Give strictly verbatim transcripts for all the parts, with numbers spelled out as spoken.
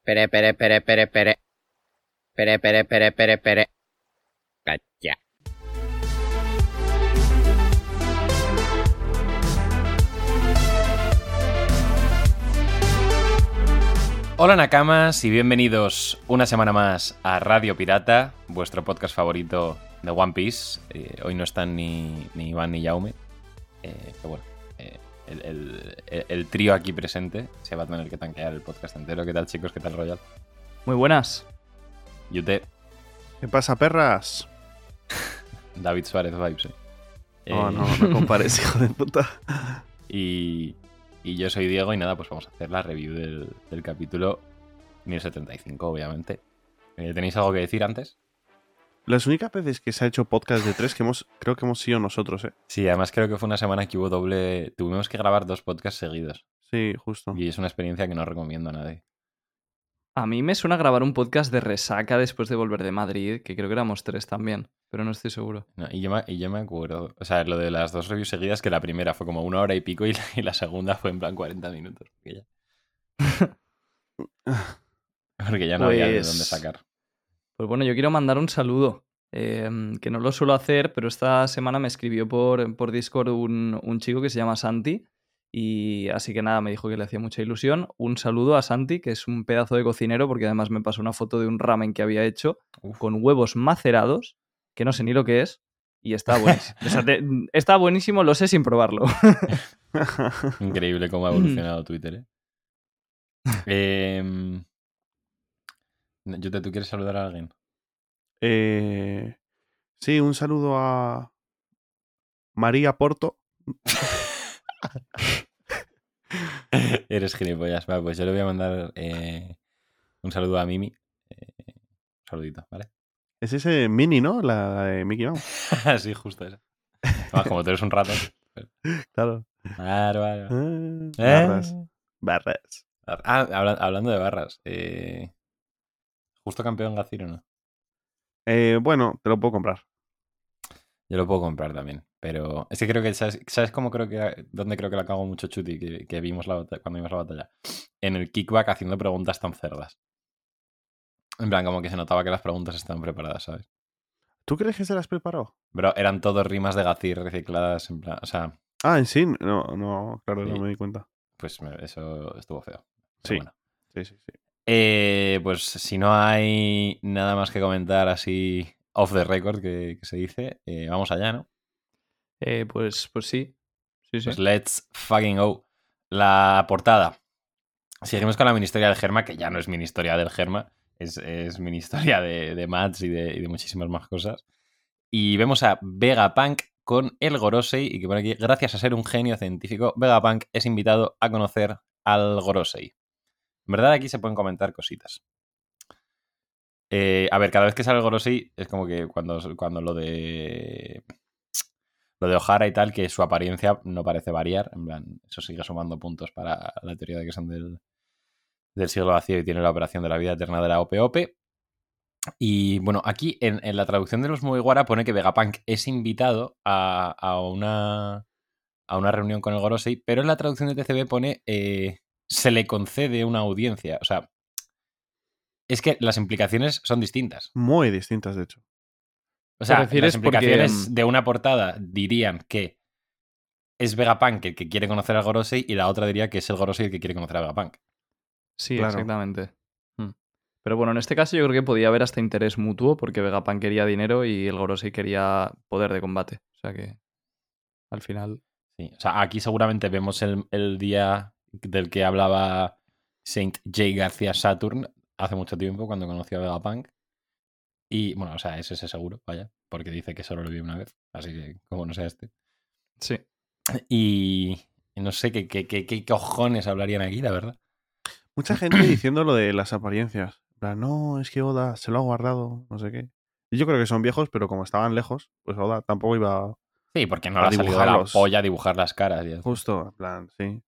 Pere, pere, pere, pere, pere. Pere, pere, pere, pere, pere. Cacha. Hola Nakamas y bienvenidos una semana más a Radio Pirata, vuestro podcast favorito de One Piece. Eh, hoy no están ni, ni Iván ni Jaume, eh, pero bueno, eh, el, el, el, el trío aquí presente se va a tener que tanquear el podcast entero. ¿Qué tal, chicos? ¿Qué tal, Royal? Muy buenas. Yute. ¿Qué pasa, perras? David Suárez vibes, eh. No, Eh, no, no compares, hijo de puta. Y, y yo soy Diego y nada, pues vamos a hacer la review del, del capítulo mil setenta y cinco, obviamente. Eh, ¿Tenéis algo que decir antes? Las únicas veces que se ha hecho podcast de tres que hemos, creo que hemos sido nosotros, ¿eh? Sí, además creo que fue una semana que hubo doble... Tuvimos que grabar dos podcasts seguidos. Sí, justo. Y es una experiencia que no recomiendo a nadie. A mí me suena grabar un podcast de resaca después de volver de Madrid, que creo que éramos tres también, pero no estoy seguro. No, y, yo me, y yo me acuerdo, o sea, lo de las dos reviews seguidas, que la primera fue como una hora y pico y la, y la segunda fue en plan cuarenta minutos. Porque ya, porque ya no había de Pues- dónde sacar. Pues bueno, yo quiero mandar un saludo, eh, que no lo suelo hacer, pero esta semana me escribió por, por Discord un, un chico que se llama Santi, y así que nada, me dijo que le hacía mucha ilusión. Un saludo a Santi, que es un pedazo de cocinero, porque además me pasó una foto de un ramen que había hecho Uf. con huevos macerados, que no sé ni lo que es, y está buenísimo. O sea, te- está buenísimo, lo sé sin probarlo. Increíble cómo ha evolucionado Twitter, ¿eh? eh Yute, ¿tú quieres saludar a alguien? eh, sí, un saludo a María Porto. Eres gilipollas. Vale, pues yo le voy a mandar eh, un saludo a Mimi. Eh, un saludito, ¿vale? Es ese Mini, ¿no? La de Mickey Mouse. Sí, justo eso. Además, como tú eres un rato. Claro. Claro, claro. Ah, ¿Eh? Barras. Barras. Ah, habla- hablando de barras. Eh, ¿Justo campeón Gaciro no? Eh, bueno, te lo puedo comprar. Yo lo puedo comprar también. Pero es que creo que, ¿sabes, ¿sabes cómo creo que, dónde creo que la cago mucho Chuti? Que, que vimos la batalla, cuando vimos la batalla. En el kickback haciendo preguntas tan cerdas. En plan, como que se notaba que las preguntas estaban preparadas, ¿sabes? ¿Tú crees que se las preparó? Pero eran todos rimas de Gacir recicladas, en plan, o sea, Ah, en sí. No, no, claro, Sí. no me di cuenta. pues me- eso estuvo feo. Pero Sí. bueno. Sí, sí, sí. Eh, pues si no hay nada más que comentar así off the record que, que se dice, eh, vamos allá, ¿no? Eh, pues, pues sí. Sí, sí. Pues let's fucking go. La portada. Seguimos con la mini historia del Germa, que ya no es mini historia del Germa, es, es mini historia de, de Mats y de, y de muchísimas más cosas. Y vemos a Vegapunk con el Gorosei, y que por aquí, gracias a ser un genio científico, Vegapunk es invitado a conocer al Gorosei. En verdad aquí se pueden comentar cositas. Eh, a ver, cada vez que sale el Gorosei es como que cuando, cuando lo de lo de Ohara y tal, que su apariencia no parece variar, en plan, eso sigue sumando puntos para la teoría de que son del, del siglo vacío y tiene la operación de la vida eterna de la O P O P. Y bueno, aquí en, en la traducción de los Mugiwara pone que Vegapunk es invitado a, a, una, a una reunión con el Gorosei, pero en la traducción de T C B pone eh, se le concede una audiencia. O sea, es que las implicaciones son distintas. Muy distintas, de hecho. O sea, Te refieres las implicaciones porque, de una portada dirían que es Vegapunk el que quiere conocer al Gorosei y la otra diría que es el Gorosei el que quiere conocer a Vegapunk. Sí, Claro. exactamente. Hmm. Pero bueno, en este caso yo creo que podía haber hasta interés mutuo, porque Vegapunk quería dinero y el Gorosei quería poder de combate. O sea que al final. Sí, o sea, aquí seguramente vemos el, el día del que hablaba Saint J. García Saturn hace mucho tiempo, cuando conoció a Vegapunk. Y bueno, o sea, es ese seguro, vaya, porque dice que solo lo vio una vez, así que como no sea este. Sí. Y no sé qué, qué, qué, qué cojones hablarían aquí, la verdad. Mucha gente diciendo lo de las apariencias. En plan, no, es que Oda se lo ha guardado, no sé qué. Y yo creo que son viejos, pero como estaban lejos, pues Oda tampoco iba a... Sí, porque no A le ha salido de la dibujarlos. polla dibujar las caras. Y eso. Justo, en plan, sí.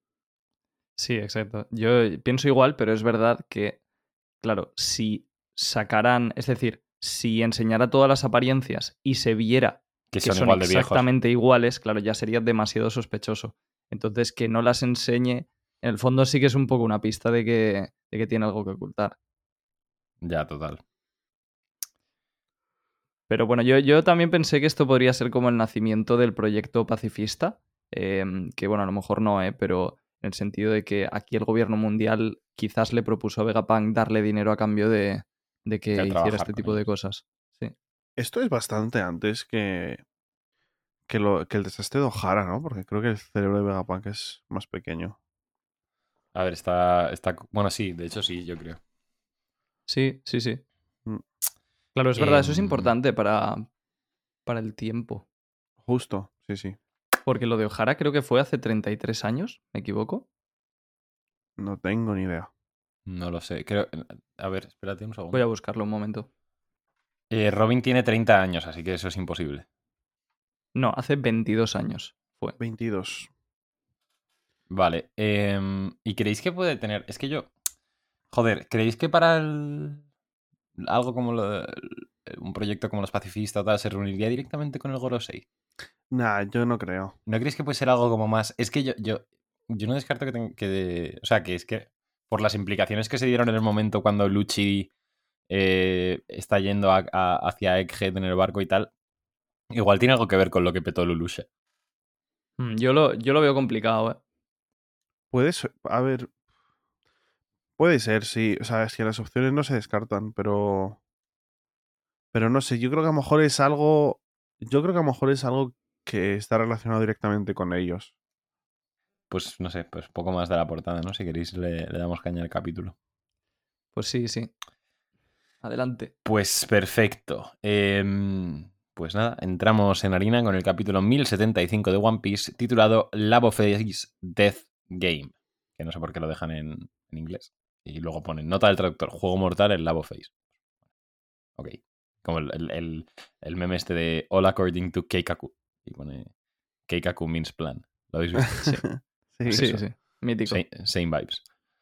Sí, exacto. Yo pienso igual, pero es verdad que, claro, si sacaran, es decir, si enseñara todas las apariencias y se viera Que que son, son igual de viejos. exactamente iguales, claro, ya sería demasiado sospechoso. Entonces, que no las enseñe En el fondo sí que es un poco una pista de que, de que tiene algo que ocultar. Ya, total. Pero bueno, yo, yo también pensé que esto podría ser como el nacimiento del proyecto pacifista, eh, que bueno, a lo mejor no, eh, pero en el sentido de que aquí el gobierno mundial quizás le propuso a Vegapunk darle dinero a cambio de, de que De hiciera trabajar este con tipo de ellos. cosas. Sí. Esto es bastante antes que, que, lo, que el desastre de O'Hara, ¿no? Porque creo que el cerebro de Vegapunk es más pequeño. A ver, está, está. Bueno, sí, de hecho sí, yo creo. Sí, sí, sí. Mm, Claro, es verdad, eso es Em, importante para, para el tiempo. Justo, sí, sí. Porque lo de O'Hara creo que fue hace treinta y tres años, ¿me equivoco? No tengo ni idea. no lo sé. Creo. A ver, espérate un Voy a segundo. buscarlo un momento. Eh, Robin tiene treinta años, así que eso es imposible. No, hace veintidós años fue. veintidós. Vale. em, ¿Y creéis que puede tener? Es que yo. Joder, ¿creéis que para el. Algo como lo de- un proyecto como los pacifistas o tal se reuniría directamente con el Gorosei? Nah, yo no creo. ¿No creéis que puede ser algo como más? Es que yo, yo, yo no descarto que, ten- que. O sea, que es que por las implicaciones que se dieron en el momento cuando Lucci eh, está yendo a- a- hacia Egghead en el barco y tal, igual tiene algo que ver con lo que petó Lelouch. Mm, Yo lo, yo lo veo complicado, ¿eh? Puede ser, a ver, puede ser, sí. O sea, es que las opciones no se descartan, pero. Pero no sé, yo creo que a lo mejor es algo. Yo creo que a lo mejor es algo que está relacionado directamente con ellos. Pues no sé, pues poco más de la portada, ¿no? Si queréis le, le damos caña al capítulo. Pues sí, sí. Adelante. Pues perfecto. Em, pues nada, entramos en harina con el capítulo mil setenta y cinco de One Piece titulado Labo Face Death Game. Que no sé por qué lo dejan en, en inglés. Y luego ponen nota del traductor, juego mortal en Labo Face. Ok. Como el, el, el, el meme este de All according to Keikaku. Y pone Keikaku means plan. ¿Lo habéis visto? Sí, Sí. sí, Eso. sí. Mítico. Same, same vibes.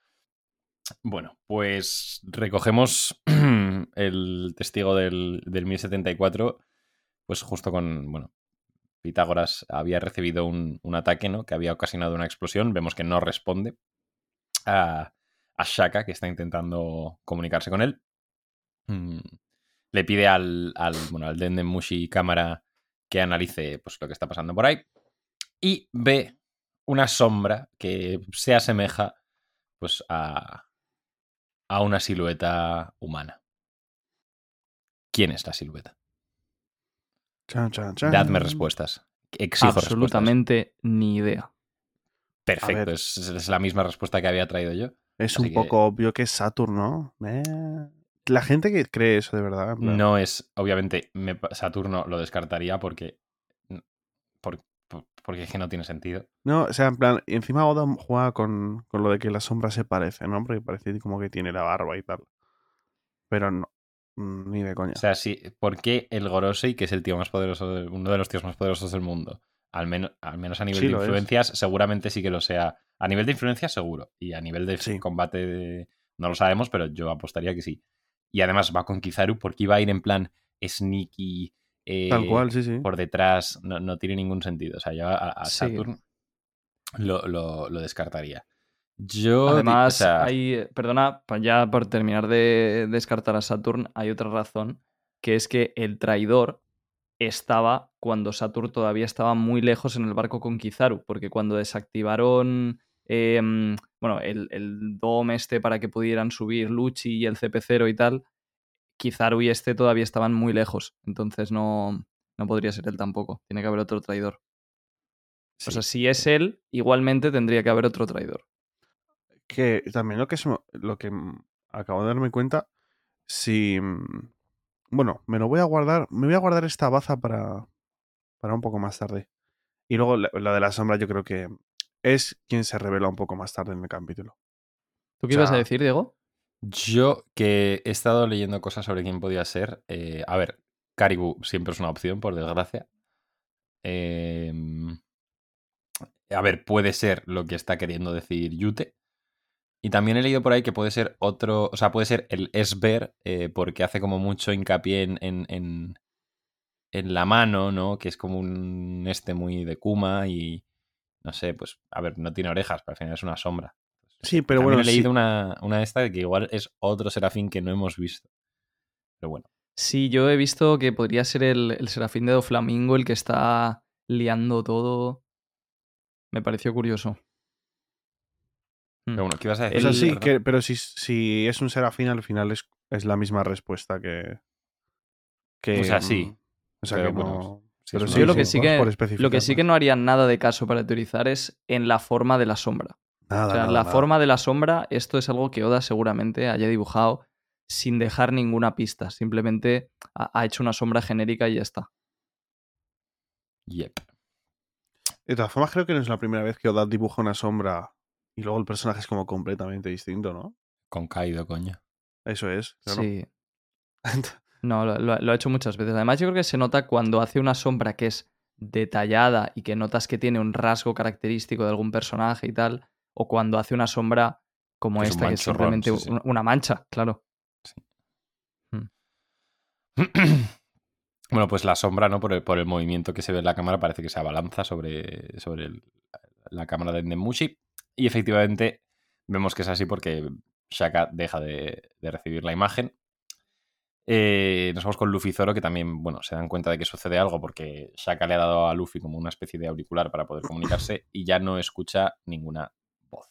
Bueno, pues recogemos el testigo del, del mil setenta y cuatro, pues justo con, bueno, Pitágoras había recibido un, un ataque, ¿no? Que había ocasionado una explosión. Vemos que no responde a, a Shaka, que está intentando comunicarse con él. Mm, Le pide al, al, bueno, al Denden Mushi cámara que analice pues, lo que está pasando por ahí. Y ve una sombra que se asemeja pues, a, a una silueta humana. ¿Quién es la silueta? Chan, chan, chan. Dadme respuestas. Exijo respuestas. Absolutamente ni idea. A Perfecto, ver, es, es la misma respuesta que había traído yo. es Así un que poco obvio que es Saturn, ¿no? Eh, La gente que cree eso de verdad, en plan. no es, obviamente, me- Saturno lo descartaría porque, por- por- porque es que no tiene sentido. No, o sea, en plan, y encima Oda juega con, con lo de que la sombra se parece, ¿no? Porque parece como que tiene la barba y tal. Pero no, mm, ni de coña. O sea, sí, ¿por qué el Gorosei, que es el tío más poderoso, de- uno de los tíos más poderosos del mundo, al menos, al menos a nivel Sí de lo es. influencias, seguramente sí que lo sea. A nivel de influencias, seguro. Y a nivel de Sí. combate, de- no lo sabemos, pero yo apostaría que sí. Y además va con Kizaru porque iba a ir en plan sneaky, Tal eh, cual, sí, sí. por detrás. No, no tiene ningún sentido. O sea, yo a, a Sí. Saturn lo, lo- lo descartaría. Yo, di- o Además, sea, hay, perdona, pa- ya por terminar de descartar a Saturn, hay otra razón, que es que el traidor estaba cuando Saturn todavía estaba muy lejos en el barco con Kizaru, porque cuando desactivaron em, bueno, el, el dome este para que pudieran subir Lucci y el C P cero y tal, Kizaru y este todavía estaban muy lejos, entonces no, no podría ser él tampoco, tiene que haber otro traidor. O sea, sí. si es él, igualmente tendría que haber otro traidor. Que también lo que, se me- lo que mm, acabo de darme cuenta, si... mm, Bueno, me lo voy a guardar, me voy a guardar esta baza para, para un poco más tarde. Y luego la, la de la sombra yo creo que es quien se revela un poco más tarde en el capítulo. ¿Tú O qué ibas a sea, decir, Diego? Yo que he estado leyendo cosas sobre quién podía ser. eh, a ver, Caribou siempre es una opción, por desgracia. Eh, a ver, puede ser lo que está queriendo decir Yute. Y también he leído por ahí que puede ser otro, o sea, puede ser el Esber, eh, porque hace como mucho hincapié en, en, en, en la mano, ¿no? Que es como un este muy de Kuma y, no sé, pues, a ver, no tiene orejas, pero al final es una sombra. Sí, pero También bueno, he leído sí. una, una esta de que igual es otro serafín que no hemos visto. Pero bueno. Sí, yo he visto que podría ser el, el serafín de Doflamingo el que está liando todo. Me pareció curioso. Mm. Pero bueno, ¿qué ibas a O decir? sea, sí, El, Perdón. que, pero si, si es un serafín, al final es, es la misma respuesta que. O que sea, mm, sí. o sea que Pero bueno, no. sí es Pero un sí, yo lo que sí, adjetivo. sí vamos por que, lo que especificar sí que más. no haría nada de caso para teorizar es en la forma de la sombra. O Nada, sea, nada, la nada. forma de la sombra, esto es algo que Oda seguramente haya dibujado sin dejar ninguna pista. Simplemente ha, ha hecho una sombra genérica y ya está. Yep. De todas formas, creo que no es la primera vez que Oda dibuja una sombra y luego el personaje es como completamente distinto, ¿no? Con Kaido, coño. Eso es, claro. Sí. No, lo, lo- lo ha hecho muchas veces. Además, yo creo que se nota cuando hace una sombra que es detallada y que notas que tiene un rasgo característico de algún personaje y tal, o cuando hace una sombra como Que es un esta, que es manchurrón, simplemente sí, sí. un- una mancha, claro. Sí. Mm. Bueno, pues la sombra, ¿no? Por el, por el movimiento que se ve en la cámara, parece que se abalanza sobre, sobre el- la cámara de Nemushi. Y efectivamente vemos que es así porque Shaka deja de, de recibir la imagen. Eh, nos vamos con Luffy y Zoro, que también, bueno, se dan cuenta de que sucede algo porque Shaka le ha dado a Luffy como una especie de auricular para poder comunicarse y ya no escucha ninguna voz.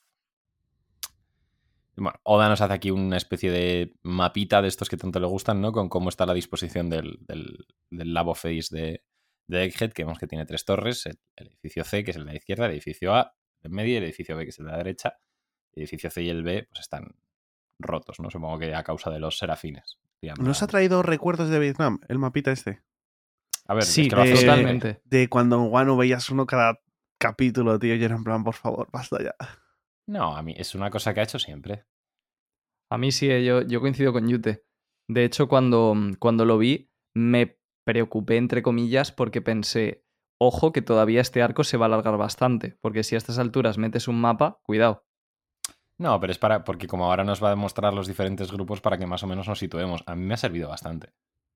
Bueno, Oda nos hace aquí una especie de mapita de estos que tanto le gustan, ¿no? Con cómo está la disposición del, del, del Labo Face de, de Egghead, que vemos que tiene tres torres, el, el edificio C, que es el de la izquierda, el edificio A, el medio, y el edificio B, que es el de la derecha. El edificio C y el B, pues están rotos, ¿no? Supongo que a causa de los serafines. ¿Nos ha La... traído recuerdos de Vietnam, el mapita este? A ver, es Sí, que lo hace siempre. totalmente. De cuando en Wano veías uno cada capítulo, tío, y era en plan, por favor, basta ya. No, a mí es una cosa que ha hecho siempre. A mí sí, eh, yo, yo coincido con Yute. De hecho, cuando, cuando lo vi, me preocupé, entre comillas, porque pensé, ojo, que todavía este arco se va a alargar bastante, porque si a estas alturas metes un mapa, cuidado. No, pero es para, porque como ahora nos va a demostrar los diferentes grupos para que más o menos nos situemos. A mí me ha servido bastante.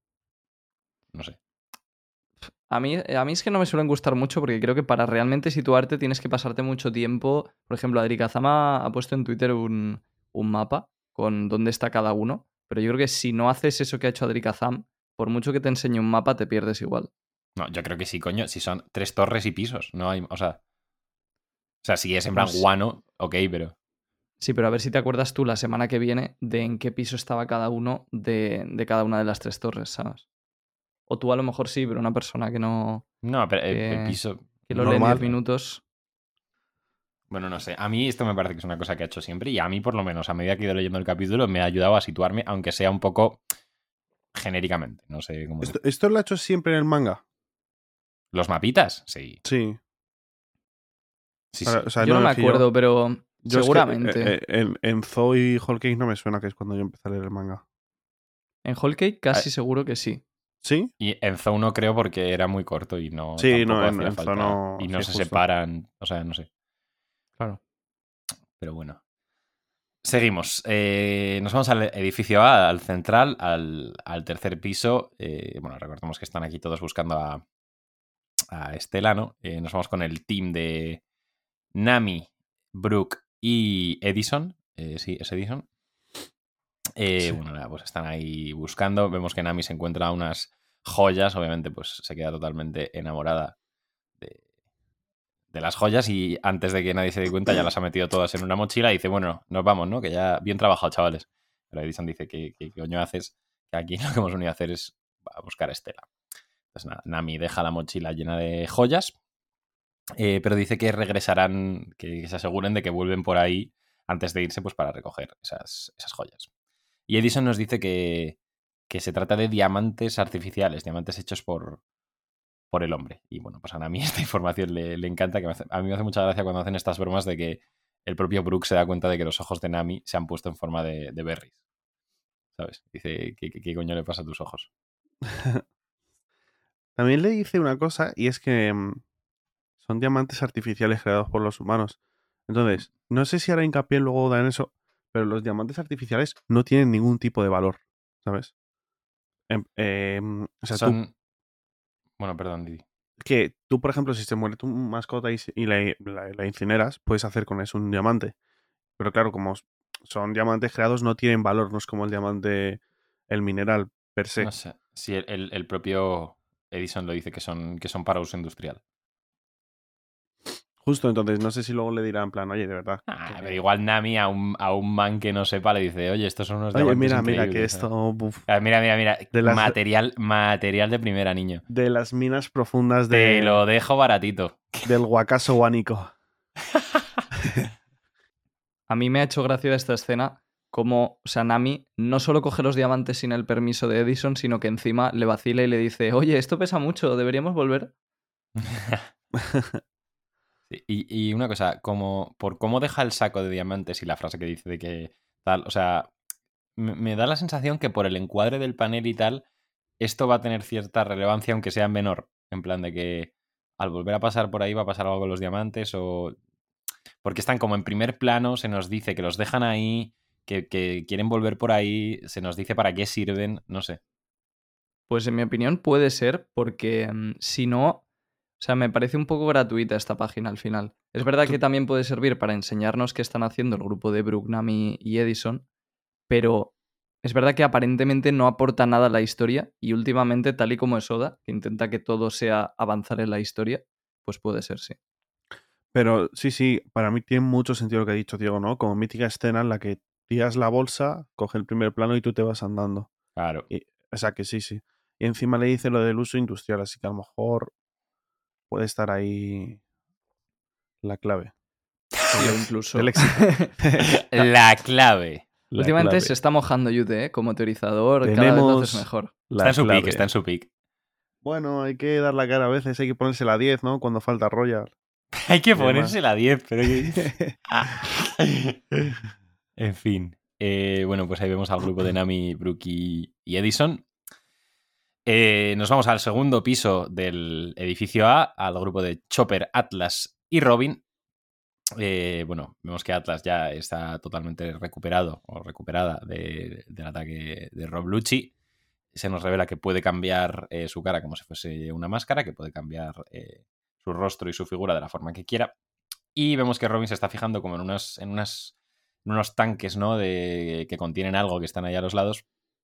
No sé. A mí, a mí es que no me suelen gustar mucho porque creo que para realmente situarte tienes que pasarte mucho tiempo. Por ejemplo, Adri Kazama ha puesto en Twitter un, un mapa con dónde está cada uno, pero yo creo que si no haces eso que ha hecho Adri Kazam, por mucho que te enseñe un mapa, te pierdes igual. No, yo creo que sí, coño. Si son tres torres y pisos. No hay. O sea. O sea, si es en plan Pues guano, ok, pero. sí, pero a ver si te acuerdas tú la semana que viene de en qué piso estaba cada uno de, de cada una de las tres torres, ¿sabes? O tú a lo mejor sí, pero una persona que no. No, pero el, el que, piso. que lo lee en diez Normal. minutos. Bueno, no sé. A mí esto me parece que es una cosa que ha hecho siempre. Y a mí, por lo menos, a medida que he ido leyendo el capítulo, me ha ayudado a situarme, aunque sea un poco genéricamente. No sé cómo ¿Esto, decir. esto lo ha hecho siempre en el manga? ¿Los mapitas? Sí. Sí. Sí, Para- sí. o sea, Yo no no, me es que yo. acuerdo, pero Yo es que eh, seguramente. eh, en, en Zou y Whole Cake no me suena que es cuando yo empecé a leer el manga. En Whole Cake Ah, casi seguro que sí. ¿Sí? y en Zou no creo porque era muy corto y no Sí, tampoco no, en, hacía en Zou falta. no. Y no Sí, se justo. separan. O sea, no sé. Claro. Pero bueno. Seguimos. Eh, nos vamos al edificio A, al central, al, al tercer piso. Eh, bueno, recordemos que están aquí todos buscando a, a Estela, ¿no? Eh, nos vamos con el team de Nami, Brooke y Edison. Eh, sí, es Edison. Eh, Sí. bueno, nada, pues están ahí buscando. Vemos que Nami se encuentra unas joyas. Obviamente, pues se queda totalmente enamorada de, de las joyas y antes de que nadie se dé cuenta ya las ha metido todas en una mochila y dice, bueno, nos vamos, ¿no? Que ya bien trabajado, chavales. Pero Edison dice, ¿qué, qué, qué coño haces? Que aquí lo que hemos venido a hacer es a buscar a Estela. Entonces nada, Nami deja la mochila llena de joyas, eh, pero dice que regresarán, que, que se aseguren de que vuelven por ahí antes de irse pues para recoger esas, esas joyas. Y Edison nos dice que, que se trata de diamantes artificiales, diamantes hechos por, por el hombre. Y bueno, pues a Nami esta información le, le encanta, que me hace, a mí me hace mucha gracia cuando hacen estas bromas de que el propio Brook se da cuenta de que los ojos de Nami se han puesto en forma de, de berries. ¿Sabes? Dice, ¿qué, qué, qué coño le pasa a tus ojos? También le dice una cosa y es que mm, son diamantes artificiales creados por los humanos. Entonces, no sé si hará hincapié luego en eso, pero los diamantes artificiales no tienen ningún tipo de valor, ¿sabes? Em- em, o sea, tú, Son... Bueno, perdón, Didi. que tú, por ejemplo, si se muere tu mascota y, se- y la, la- la incineras, puedes hacer con eso un diamante. Pero claro, como son diamantes creados, no tienen valor, no es como el diamante, el mineral per se. No sé. Si el, el- el propio Edison lo dice que son, que son para uso industrial. Justo, entonces no sé si luego le dirán en plan, oye, de verdad. Ah, que- pero igual Nami a un, a un man que no sepa le dice, oye, estos son unos Oye, diamantes mira, mira, que increíbles. ¿sabes? esto, buf, Ah, mira, mira, mira. De las- Material, material de primera, niño. de las minas profundas Te de, lo dejo baratito. del Wakaso Guánico. A mí me ha hecho gracia esta escena como, o sea, Nami no solo coge los diamantes sin el permiso de Edison, sino que encima le vacila y le dice, oye, esto pesa mucho, ¿deberíamos volver? Sí, Y, y una cosa, como por cómo deja el saco de diamantes y la frase que dice de que tal, o sea, me, me da la sensación que por el encuadre del panel y tal, esto va a tener cierta relevancia, aunque sea menor. En plan de que al volver a pasar por ahí va a pasar algo con los diamantes o... Porque están como en primer plano, se nos dice que los dejan ahí, que, que quieren volver por ahí, se nos dice para qué sirven, no sé. Pues en mi opinión puede ser, porque mm, si no, o sea, me parece un poco gratuita esta página al final. Es verdad Tú- que también puede servir para enseñarnos qué están haciendo el grupo de Brook, Nami y Edison, pero es verdad que aparentemente no aporta nada a la historia y últimamente, tal y como es Oda, que intenta que todo sea avanzar en la historia, pues puede ser, sí. Pero sí, sí, para mí tiene mucho sentido lo que ha dicho Diego, ¿no? Como mítica escena en la que tiras la bolsa, coge el primer plano y tú te vas andando. Claro. Y, o sea que sí, sí. Y encima le dice lo del uso industrial, así que a lo mejor puede estar ahí la clave. Sí, o Del, incluso... del éxito. La clave. La Últimamente clave. se está mojando Yute, ¿eh? Como teorizador, cada vez Tenemos lo haces mejor. la Está en su clave. pick, está en su pick. Bueno, hay que dar la cara a veces, hay que ponerse la diez, ¿no? Cuando falta Royal. Hay que Y demás. ponerse la diez, pero... Ah. En fin. Eh, bueno, pues ahí vemos al grupo de Nami, Brook y, y Edison. Eh, nos vamos al segundo piso del edificio A, al grupo de Chopper, Atlas y Robin. Eh, bueno, vemos que Atlas ya está totalmente recuperado o recuperada de- del ataque de Rob Lucci. Se nos revela que puede cambiar eh, su cara como si fuese una máscara, que puede cambiar eh, su rostro y su figura de la forma que quiera. Y vemos que Robin se está fijando como en, unos, en, unas, en unos tanques, ¿no? De, que contienen algo que están ahí a los lados.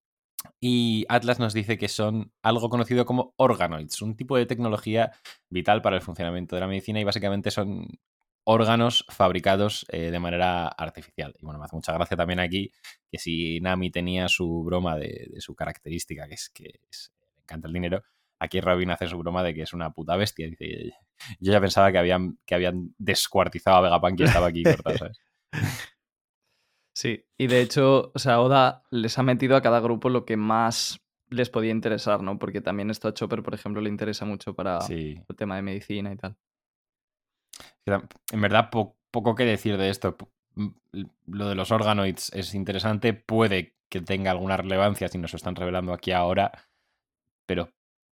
Y Atlas nos dice que son algo conocido como organoids, un tipo de tecnología vital para el funcionamiento de la medicina y básicamente son órganos fabricados eh, de manera artificial. Y bueno, me hace mucha gracia también aquí que si Nami tenía su broma de, de su característica, que es que es, le encanta el dinero, aquí Robin hace su broma de que es una puta bestia. Dice, yo ya pensaba que habían, que habían descuartizado a Vegapunk y estaba aquí cortado, ¿sabes? Sí, y de hecho, o sea, Oda les ha metido a cada grupo lo que más les podía interesar, ¿no? Porque también esto a Chopper, por ejemplo, le interesa mucho para Sí. el tema de medicina y tal. En verdad, po poco que decir de esto. Lo de los organoids es interesante, puede que tenga alguna relevancia si nos lo están revelando aquí ahora, pero...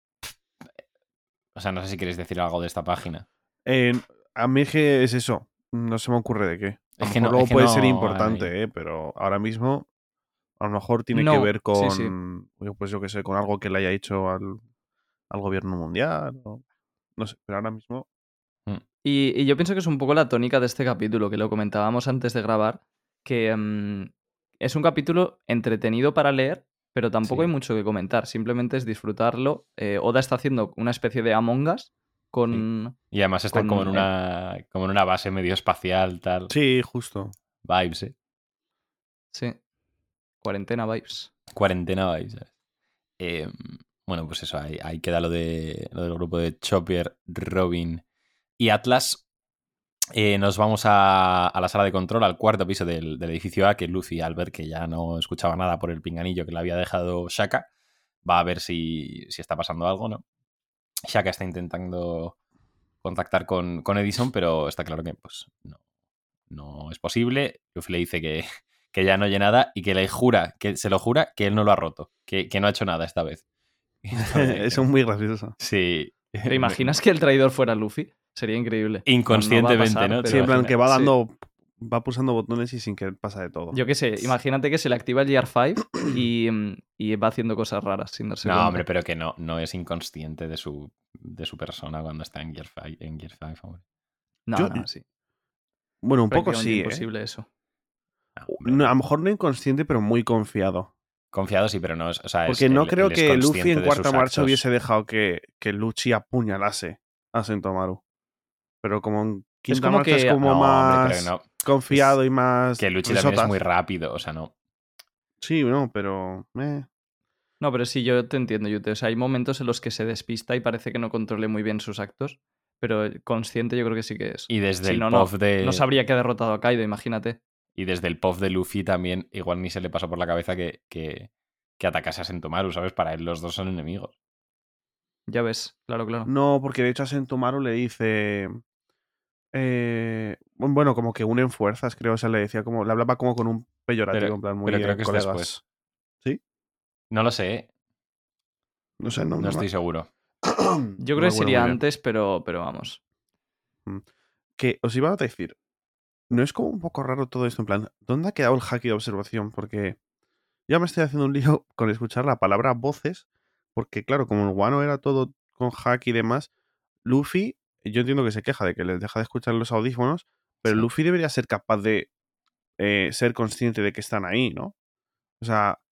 O sea, no sé si queréis decir algo de esta página. Eh, a mí es que es eso. No se me ocurre de qué. A lo Es que mejor no, luego es que puede no ser hay- importante, ¿eh? Pero ahora mismo a lo mejor tiene que No, ver sí, con, sí. pues yo qué sé, con algo que le haya hecho al, al gobierno mundial. O, no sé, pero ahora mismo... Y, y yo pienso que es un poco la tónica de este capítulo, que lo comentábamos antes de grabar, que mm, es un capítulo entretenido para leer, pero tampoco Sí. hay mucho que comentar, simplemente es disfrutarlo. Eh, Oda está haciendo una especie de Among Us con... Y además están como en con, eh, una, como en una base medio espacial, tal. Sí, justo. Vibes, ¿eh? sí, cuarentena vibes. Cuarentena vibes, ¿sabes? Eh, bueno, pues eso, ahí, ahí queda lo, de, lo del grupo de Chopper, Robin y Atlas. Eh, nos vamos a, a la sala de control, al cuarto piso del, del edificio A, que Luffy, al ver que ya no escuchaba nada por el pinganillo que le había dejado Shaka, va a ver si, si está pasando algo, ¿no? Shaka está intentando contactar con, con Edison, pero está claro que pues, no, no es posible. Luffy le dice que, que ya no oye nada y que le jura, que se lo jura, que él no lo ha roto, que, que no ha hecho nada esta vez. Eso es muy gracioso. Sí. ¿Te imaginas que el traidor fuera Luffy? Sería increíble. Inconscientemente, no, no va a pasar, ¿no? pero- Sí, en plan imaginas? que va Sí. dando, va pulsando botones y sin que pasa de todo. Yo qué sé, imagínate que se le activa el Gear cinco y, mm, y va haciendo cosas raras sin darse No, cuenta. hombre, pero que no, no es inconsciente de su, de su persona cuando está en Gear cinco. En Gear cinco, hombre. No, Yo- no, sí. Bueno, un poco Prácticamente sí, ¿eh? imposible eso. No, a lo mejor no inconsciente, pero muy confiado. Confiado sí, pero no es... O sea, Porque es, no él, creo él es que Luffy consciente en de cuarta sus marcha actos. hubiese dejado que, que Lucci apuñalase a Sentomaru. Pero como en quinta como marcha es que- como No, hombre, creo más que no. confiado Es y más Que Lucci también es risotas. muy rápido, o sea, no. Sí, no, pero... eh. No, pero sí, yo te entiendo, Yute. O sea, hay momentos en los que se despista y parece que no controle muy bien sus actos, pero consciente yo creo que sí que es. Y desde Si el no, puff no, de... no sabría que ha derrotado a Kaido, imagínate. Y desde el puff de Luffy también, igual ni se le pasó por la cabeza que, que, que atacase a Sentomaru, ¿sabes? Para él los dos son enemigos. Ya ves, claro, claro. No, porque de hecho a Sentomaru le dice... Eh, bueno, como que unen fuerzas, creo. O sea, le decía como... Le hablaba como con un peyorativo, Pero, en plan, muy pero creo de que es colegas. después. ¿Sí? No lo sé, ¿eh? No sé, no, No no estoy me- seguro. Yo no creo me que acuerdo sería muy bien. antes, pero, pero vamos. Que os iba a decir, ¿no es como un poco raro todo esto? En plan, ¿dónde ha quedado el haki de observación? Porque ya me estoy haciendo un lío con escuchar la palabra voces, porque claro, como el Wano era todo con haki y demás, Luffy, yo entiendo que se queja de que les deja de escuchar los audífonos, pero Sí. Luffy debería ser capaz de eh, ser consciente de que están ahí, ¿no? O sea,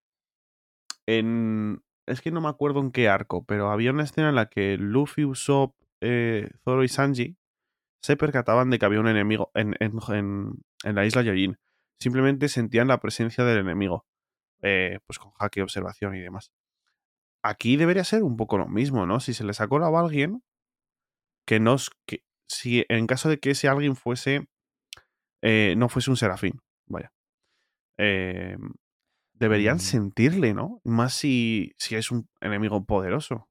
en... Es que no me acuerdo en qué arco, pero había una escena en la que Luffy, Usopp, eh, Zoro y Sanji se percataban de que había un enemigo en, en, en, en la isla Yorin. Simplemente sentían la presencia del enemigo, eh, pues con haki, observación y demás. Aquí debería ser un poco lo mismo, ¿no? Si se les ha colado a alguien, que nos... Que, si en caso de que ese alguien fuese... Eh, no fuese un serafín, vaya. Eh, deberían Mm. sentirle, ¿no? Más si, si es un enemigo poderoso.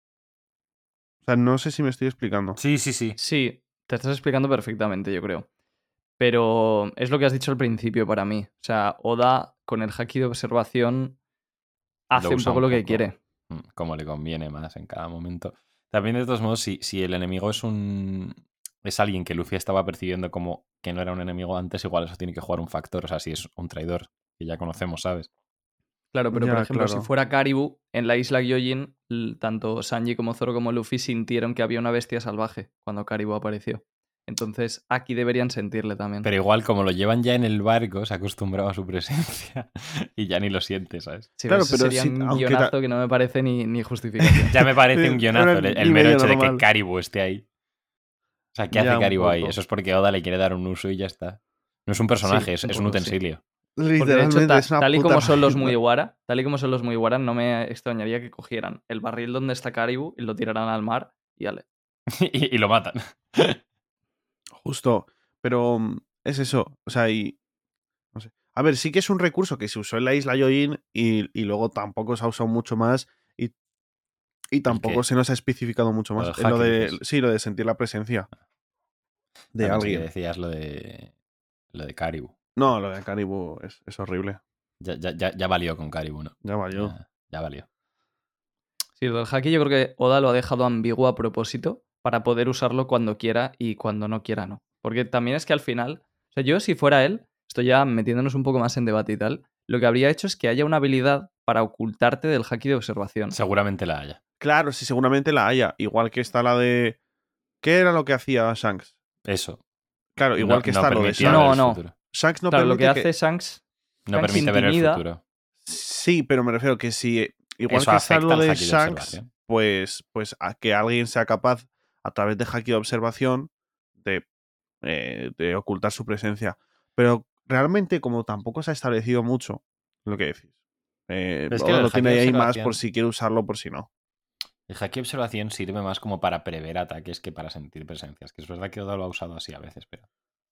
O sea, no sé si me estoy explicando. Sí, sí, sí. Sí, te estás explicando perfectamente, yo creo. Pero es lo que has dicho al principio para mí. O sea, Oda con el haki de observación hace Lo un usa poco un lo que poco. quiere. Mm, Como le conviene más en cada momento. También, de todos modos, si, si el enemigo es un. Es alguien que Luffy estaba percibiendo como que no era un enemigo antes, igual eso tiene que jugar un factor. O sea, si es un traidor, que ya conocemos, ¿sabes? Claro, pero por Ya, ejemplo, si claro. fuera Karibu, en la isla Gyojin, l- tanto Sanji como Zoro como Luffy sintieron que había una bestia salvaje cuando Karibu apareció. Entonces, aquí deberían sentirle también. Pero igual, como lo llevan ya en el barco, se ha acostumbrado a su presencia y ya ni lo siente, ¿sabes? Sí, Claro, eso pero sería sí, un aunque guionazo ta- que no me parece ni, ni justificación. Ya me parece un Eh, guionazo era el, ni el mero medio hecho de que normal. Karibu esté ahí. O sea, ¿qué hace Ya, un Karibu ahí? poco. Eso es porque Oda le quiere dar un uso y ya está. No es un personaje, Sí, es, un es un poco, sí. utensilio. Porque de hecho, Literalmente ta- es una tal y puta como son los herramienta. Mugiwara, tal y como son los Mugiwara, no me extrañaría que cogieran el barril donde está Karibu y lo tiraran al mar y ale. y, y lo matan. Justo. Pero mm, es eso. O sea, y. No sé. A ver, sí que es un recurso que se usó en la isla Yoin y, y luego tampoco se ha usado mucho más y, y tampoco qué? se nos ha especificado mucho Lo más. del En lo haki, de. dices. Sí, lo de sentir la presencia de Ah, pensé que alguien. decías lo de. Lo de Karibu. No, lo de Caribou es, es horrible. Ya, ya, ya, ya valió con Karibu, ¿no? Ya va yo. Ya, ya valió. Sí, lo del haki yo creo que Oda lo ha dejado ambiguo a propósito para poder usarlo cuando quiera y cuando no quiera no. Porque también es que al final, o sea, yo si fuera él, estoy ya metiéndonos un poco más en debate y tal, lo que habría hecho es que haya una habilidad para ocultarte del haki de observación. Seguramente la haya. Claro, sí, seguramente la haya. Igual que está la de. ¿Qué era lo que hacía Shanks? Eso. Claro, igual no, que no está lo de permitía Shanks. ver No, el no. futuro. Shanks no claro, lo permite que hace Shanks, No Shanks permite ver el intimida- futuro. Sí, pero me refiero que si. Igual Eso que está afecta lo al de haki de Shanks, observación. pues, pues a que alguien sea capaz, a través de haki de observación, de, eh, de ocultar su presencia. Pero realmente, como tampoco se ha establecido mucho, lo que decís. Eh, Pero es que Oda el lo tiene haki de ahí más observación- por si quiere usarlo, por si no. El haki de observación sirve más como para prever ataques que para sentir presencias. Que es verdad que Oda lo ha usado así a veces, pero.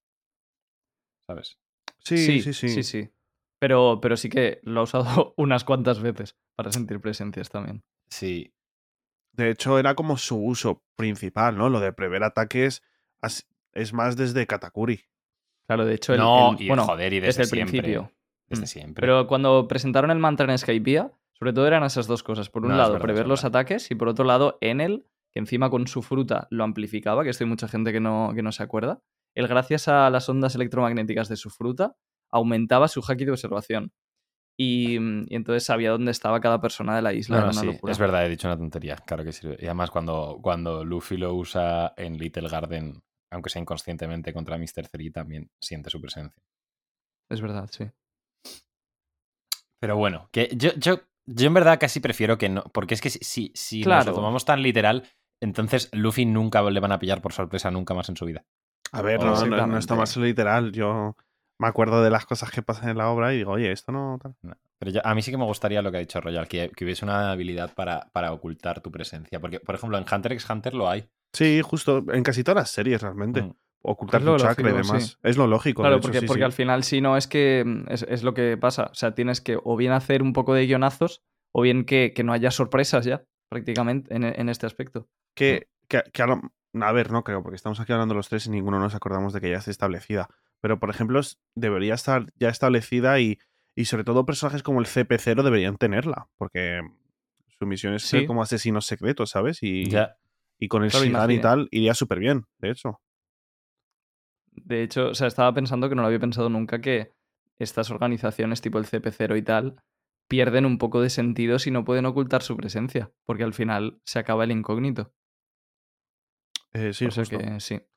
¿Sabes? Sí, sí, sí. sí, sí. Pero, pero sí que lo ha usado unas cuantas veces para sentir presencias también. Sí. De hecho, era como su uso principal, ¿no? Lo de prever ataques as- es más desde Katakuri. Claro, de hecho, el, No, el- y bueno, joder, y desde desde el siempre. principio. Desde Mm. siempre. Pero cuando presentaron el mantra en Skypiea, sobre todo eran esas dos cosas. Por un No, es lado, verdad, prever es los verdad. ataques y por otro lado, Enel, que encima con su fruta lo amplificaba, que esto hay mucha gente que no, que no se acuerda. Él, gracias a las ondas electromagnéticas de su fruta, aumentaba su haki de observación. Y, y entonces sabía dónde estaba cada persona de la isla. No, Era no, una sí, locura. es verdad, he dicho una tontería, claro que sirve. Y además cuando, cuando Luffy lo usa en Little Garden, aunque sea inconscientemente contra mister Three, también siente su presencia. Es verdad, sí. Pero bueno, que yo, yo, yo en verdad casi prefiero que no. Porque es que si, si, si Claro. nos lo tomamos tan literal, entonces Luffy nunca le van a pillar por sorpresa nunca más en su vida. A ver, Oh, no, no, no exactamente. está más literal. Yo me acuerdo de las cosas que pasan en la obra y digo, oye, esto no... tal. No. Pero yo- a mí sí que me gustaría lo que ha dicho Royal, que, que hubiese una habilidad para, para ocultar tu presencia. Porque, por ejemplo, en Hunter x Hunter lo hay. Sí, justo. En casi todas las series, realmente. Mm. Ocultar Es tu lo chakra y lógico, demás. sí. Es lo lógico, Claro, de hecho, porque, sí, porque sí. al final si no es que mm, es, es lo que pasa. O sea, tienes que o bien hacer un poco de guionazos o bien que, que no haya sorpresas ya, prácticamente, en, en este aspecto. Que, que, que a, lo- a ver, no creo, porque estamos aquí hablando los tres y ninguno nos acordamos de que ya esté establecida. Pero, por ejemplo, es- debería estar ya establecida y, y sobre todo personajes como el C P cero deberían tenerla, porque su misión es ser Sí. como asesinos secretos, ¿sabes? Y, Ya. y con el Claro, Shigan y imagina- tal iría súper bien, de hecho. De hecho, o sea, estaba pensando que no lo había pensado nunca que estas organizaciones tipo el C P cero y tal pierden un poco de sentido si no pueden ocultar su presencia, porque al final se acaba el incógnito. Eh, sí, o sea justo. que sí.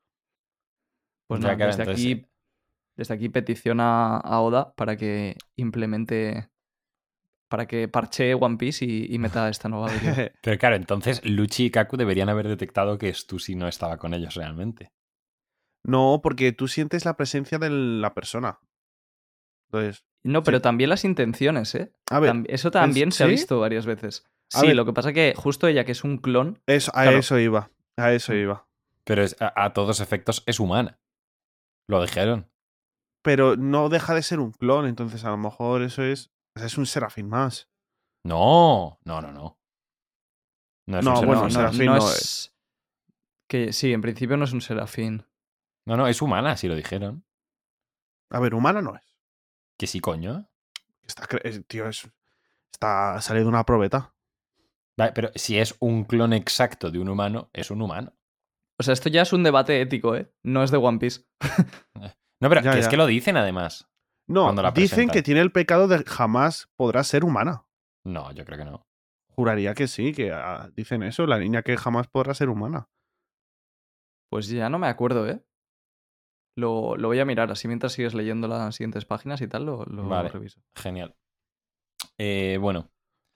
Pues Ya, nada, claro, desde entonces, aquí, desde aquí peticiona a Oda para que implemente, para que parchee One Piece y, y meta esta nueva habilidad. Pero claro, entonces Luchi y Kaku deberían haber detectado que Stussy no estaba con ellos realmente. No, porque tú sientes la presencia de la persona. Entonces, No, sí. pero también las intenciones, ¿eh? A ver, Tam- Eso también ¿en- se ha sí? visto varias veces. A Sí, ver. lo que pasa que justo ella, que es un clon, Eso, a Claro. eso iba. A eso Mm. iba. Pero es- a, a todos efectos es humana. Lo dijeron. Pero no deja de ser un clon, entonces a lo mejor eso es. O sea, es un serafín más. No, no, no, no. No es No, un bueno, serafín. no, no, serafín no no es... Que sí, en principio no es un serafín. No, no, es humana, si lo dijeron. A ver, humana no es. Que sí, coño. Está, cre- es- tío, es, está salido de una probeta. Vale, pero si es un clon exacto de un humano, es un humano. O sea, esto ya es un debate ético, ¿eh? No es de One Piece. No, pero Ya, que es ya. que lo dicen además. No, Cuando la dicen presentan. que tiene el pecado de jamás podrá ser humana. No, yo creo que no. Juraría que sí, que ah, dicen eso, la niña que jamás podrá ser humana. Pues ya no me acuerdo, ¿eh? Lo, lo voy a mirar, así mientras sigues leyendo las siguientes páginas y tal, lo, lo Vale. reviso. Genial. Eh, bueno.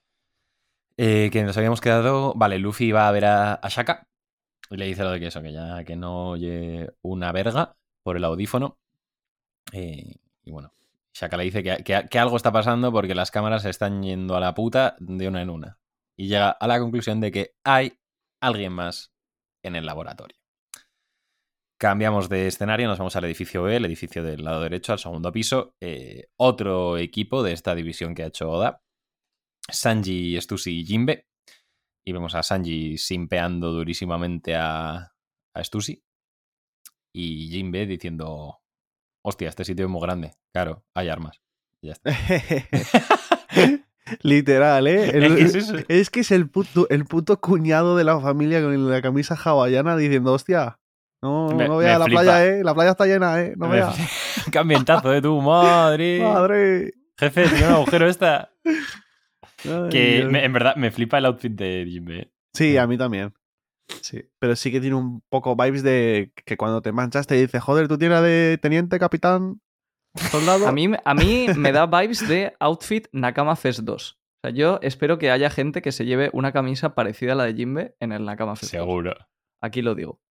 Eh, que nos habíamos quedado. Vale, Luffy va a ver a, a Shaka. Y le dice lo de que eso, que ya que no oye una verga por el audífono. Eh, y bueno, Shaka le dice que, que- que algo está pasando porque las cámaras se están yendo a la puta de una en una. Y llega a la conclusión de que hay alguien más en el laboratorio. Cambiamos de escenario, nos vamos al edificio B, el edificio del lado derecho, al segundo piso. Eh, otro equipo de esta división que ha hecho Oda. Sanji, Stussy y Jinbe. Y vemos a Sanji simpeando durísimamente a, a Stussy. Y Jinbe diciendo: hostia, este sitio es muy grande. Claro, hay armas. Y ya está. Literal, ¿eh? El- Es que es eso. es que es el puto, el puto cuñado de la familia con la camisa hawaiana diciendo, hostia, no, Me- no veas me la flipa. playa, ¿eh? La playa está llena, ¿eh? No Me- veas. ¡Qué ambientazo de tu madre! Madre. Jefe, tiene un agujero esta. Ay, Que Dios. me- en verdad me flipa el outfit de Jinbe. Sí, a mí también. Sí. Pero sí que tiene un poco vibes de que cuando te manchas te dice, joder, tú tienes de teniente, capitán, soldado. A mí, a mí me da vibes de outfit Nakama Fest dos. O sea, yo espero que haya gente que se lleve una camisa parecida a la de Jinbe en el Nakama Fest dos. Seguro. Aquí lo digo.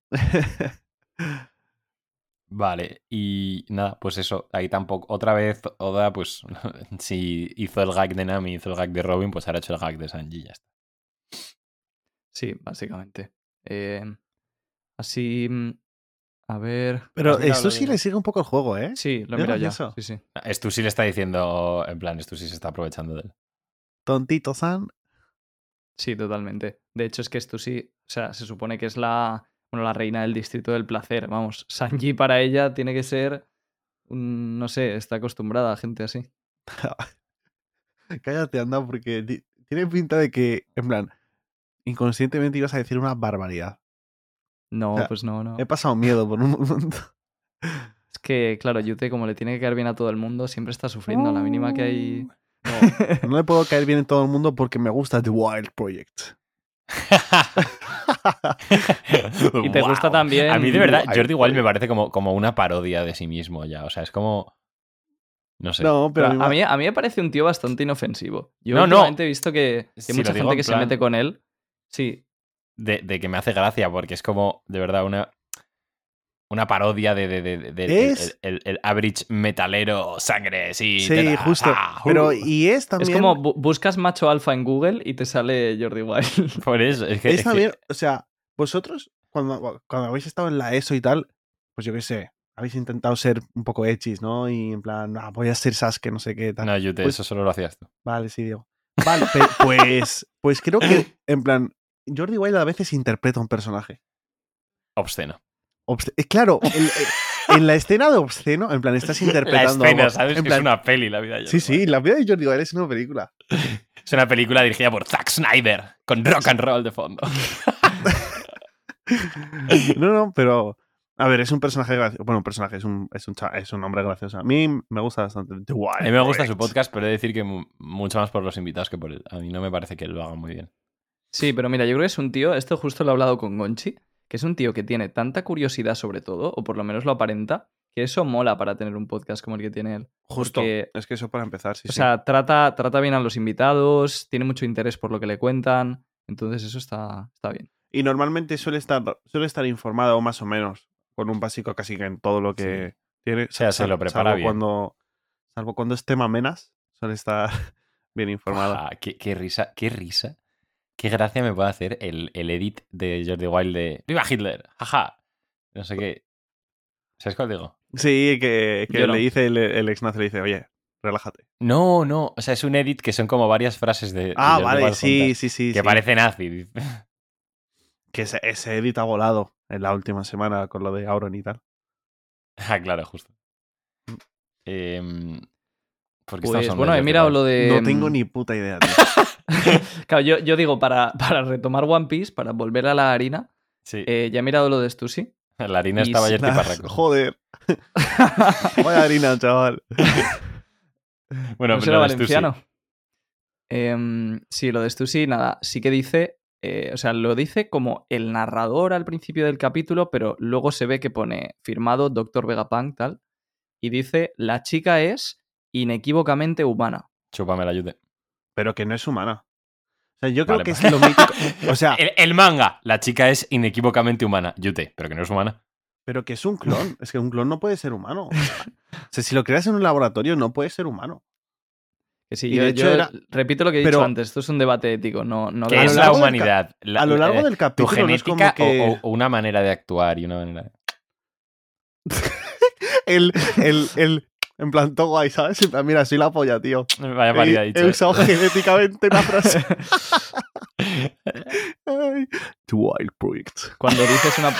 Vale, y nada, pues eso, ahí tampoco. Otra vez Oda, pues si hizo el gag de Nami, hizo el gag de Robin, pues ahora ha hecho el gag de Sanji y ya está. Sí, básicamente. Eh, así, mm, a ver... Pero ¿has mirado esto lo sí de- le sigue un poco el juego, ¿eh? Sí, lo he Es mirado ya. gracioso. Sí, sí. Esto sí le está diciendo, en plan, esto sí se está aprovechando de él. Tontito San. Sí, totalmente. De hecho, es que esto sí, o sea, se supone que es la, bueno, la reina del distrito del placer. Vamos, Sanji para ella tiene que ser, un, no sé, está acostumbrada a gente así. Cállate, anda, porque ti- tiene pinta de que, en plan, inconscientemente ibas a decir una barbaridad. No, O sea, pues no, no. He pasado miedo por un momento. Es que, claro, Yute, como le tiene que caer bien a todo el mundo, siempre está sufriendo. A la mínima que hay... No le puedo caer bien en todo el mundo porque me gusta The Wild Project. Y te gusta también A mí, de verdad, Wild Jordi igual me Project. parece como, como una parodia de sí mismo ya. O sea, es como. No sé. No, pero, Pero a a, mí, mí, a mí me parece un tío bastante inofensivo. Yo No, no. últimamente he visto que, que Si mucha lo digo gente en que se plan- mete con él. Sí, De, de que me hace gracia, porque es como, de verdad, una, una parodia de, de, de- de- del- Es- el, el- el average metalero sangre, sí, Sí, tetas, justo. ah, Pero, uh. y es también... es como bu- buscas macho alfa en Google y te sale Jordi Wild. Por eso, es que, Es es que- también, o sea, vosotros, cuando, cuando habéis estado en la ESO y tal, pues yo qué sé, habéis intentado ser un poco hechis, ¿no? Y en plan, ah, voy a ser Sasuke, no sé qué tal. No, Yute, Pues- eso solo lo hacías tú. Vale, sí, Diego. Vale, pe- pues, pues creo que, en plan, Jordi Wild a veces interpreta un personaje. Obsceno. Obs- eh, claro, el- eh, en la escena de obsceno, en plan, estás La interpretando escena, algo. ¿sabes? En Que plan, es una peli, la vida de Sí, Jordi sí, Wild. la vida de Jordi Wild es una película. Es una película dirigida por Zack Snyder, con rock and roll de fondo. No, no, pero. A ver, es un personaje gracioso. Bueno, un personaje, es un, es un, cha- es un hombre gracioso. A mí me gusta bastante. The Wild A mí me gusta su Project. podcast, pero he de decir que mu- mucho más por los invitados que por él. A mí no me parece que él lo haga muy bien. Sí, pero mira, yo creo que es un tío, esto justo lo he hablado con Gonchi, que es un tío que tiene tanta curiosidad sobre todo, o por lo menos lo aparenta, que eso mola para tener un podcast como el que tiene él. Justo. Porque, Es que eso para empezar, sí, o sí. sea, trata, trata bien a los invitados, tiene mucho interés por lo que le cuentan, entonces eso está, está bien. Y normalmente suele estar, suele estar informado más o menos, con un básico casi que en todo lo que tiene. O sea, se sal- lo prepara salvo bien. Cuando, salvo cuando es tema menas, suele estar bien informado. Ah, qué, qué risa, qué risa. Qué gracia me puede hacer el, el edit de Jordi Wild de ¡Viva Hitler! ¡Jaja! No sé qué. ¿Sabes cuál digo? Sí, que, que Yo le no. dice el, el ex nazi, le dice, oye, relájate. No, no. O sea, es un edit que son como varias frases de, de Ah, Jordi vale, Wild sí, juntas, sí, sí. que sí. parece nazi. Que ese, ese edit ha volado en la última semana con lo de Auron y tal. Ah, claro, justo. Em, ¿por qué estamos Pues hablando bueno, de he Jordi mirado Wild? lo de... No tengo ni puta idea, tío. Claro, yo, yo digo, para, para retomar One Piece, para volver a la harina, Sí, eh, ya he mirado lo de Stussy. la harina y estaba sí- ayer tiparraco. Joder. Vaya harina, chaval. Bueno, no pero será lo de Stussy. valenciano. Em, sí, lo de Stussy, nada, sí que dice, eh, o sea, lo dice como el narrador al principio del capítulo, pero luego se ve que pone firmado doctor Vegapunk, tal, y dice, la chica es inequívocamente humana. Chúpame la ayude. Pero que no es humana. O sea, yo creo Vale, que pues. es lo mítico. O sea, El, el manga. La chica es inequívocamente humana. Yute, pero que no es humana. pero que es un clon. Es que un clon no puede ser humano. O sea, si lo creas en un laboratorio, no puede ser humano. Que sí, Y yo, de hecho yo era- repito lo que he pero- dicho antes, esto es un debate ético, no, no ¿Qué de- a es lo la largo del humanidad? La- A lo largo eh, del ¿Tu capítulo no es como genética que o, o una manera de actuar y una manera... el, el, el, en plan, todo guay, ¿sabes? En plan, mira, soy la polla, tío. Vaya parida He, dicho. he eh. usado genéticamente una frase. Ay, The Wild Project. Cuando dices una...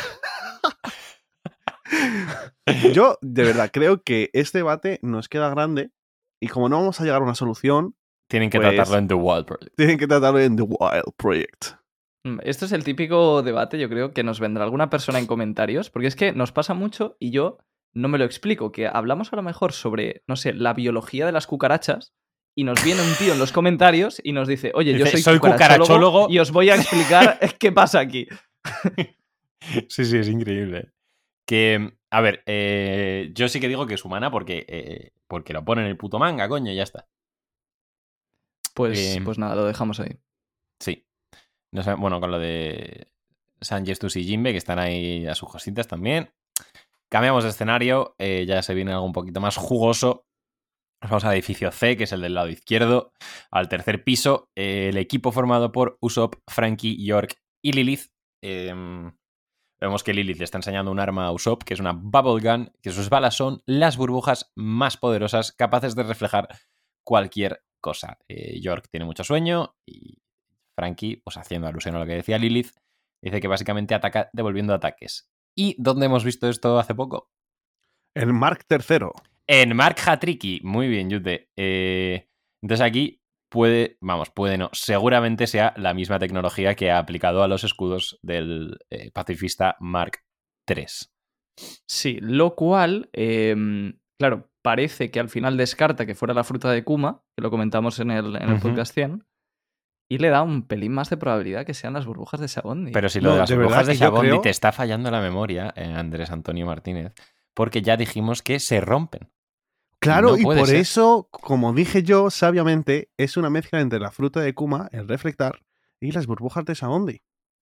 Yo, de verdad, creo que este debate nos queda grande y como no vamos a llegar a una solución, Tienen que Pues- tratarlo en The Wild Project. tienen que tratarlo en The Wild Project. Esto es el típico debate, yo creo, que nos vendrá alguna persona en comentarios, porque es que nos pasa mucho y yo no me lo explico, que hablamos a lo mejor sobre, no sé, la biología de las cucarachas y nos viene un tío en los comentarios y nos dice, oye, yo Dice, soy, "Soy cucarachólogo". y os voy a explicar qué pasa aquí. Sí, sí, es increíble. Que, a ver, eh, yo sí que digo que es humana porque, eh, porque lo pone en el puto manga, coño, y ya está. Pues, Eh, pues nada, lo dejamos ahí. Sí. No sé, bueno, con lo de Sanji, Stussy y Jinbe, que están ahí a sus cositas también. Cambiamos de escenario, eh, ya se viene algo un poquito más jugoso. Nos vamos al edificio C, que es el del lado izquierdo, al tercer piso. Eh, el equipo formado por Usopp, Frankie, York y Lilith. Eh, vemos que Lilith le está enseñando un arma a Usopp, que es una Bubble Gun, que sus balas son las burbujas más poderosas capaces de reflejar cualquier cosa. Eh, York tiene mucho sueño y Frankie, pues haciendo alusión a lo que decía Lilith, dice que básicamente ataca devolviendo ataques. ¿Y dónde hemos visto esto hace poco? El Mark tercero. En Mark Hatriki. Muy bien, Yute. Eh, entonces aquí puede, vamos, puede no, seguramente sea la misma tecnología que ha aplicado a los escudos del eh, pacifista Mark tres. Sí, lo cual, eh, claro, parece que al final descarta que fuera la fruta de Kuma, que lo comentamos en el, en el Ujú. podcast cien, y le da un pelín más de probabilidad que sean las burbujas de Sabondi. Pero si lo No, de las de verdad burbujas de que yo Shabondi creo- te está fallando la memoria, eh, Andrés Antonio Martínez, porque ya dijimos que se rompen. Claro, No y puede por ser. eso, como dije yo sabiamente, es una mezcla entre la fruta de Kuma, el reflectar, y las burbujas de Saondi.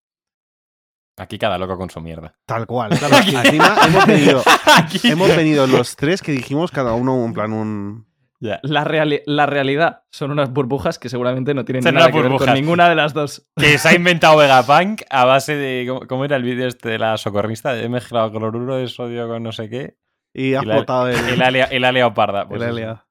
Aquí cada loco con su mierda. Tal cual, claro. Encima hemos venido, Aquí- hemos venido los tres que dijimos cada uno en plan un... Ya. La, reali- la realidad son unas burbujas que seguramente no tienen Son nada unas que ver con burbujas. ninguna de las dos. Que se ha inventado Vegapunk a base de. ¿Cómo, cómo era el vídeo este de la socorrista? He mezclado cloruro de sodio con no sé qué. Y ha Y la- explotado el... El alea, el alea parda. Pues el eso. Elia.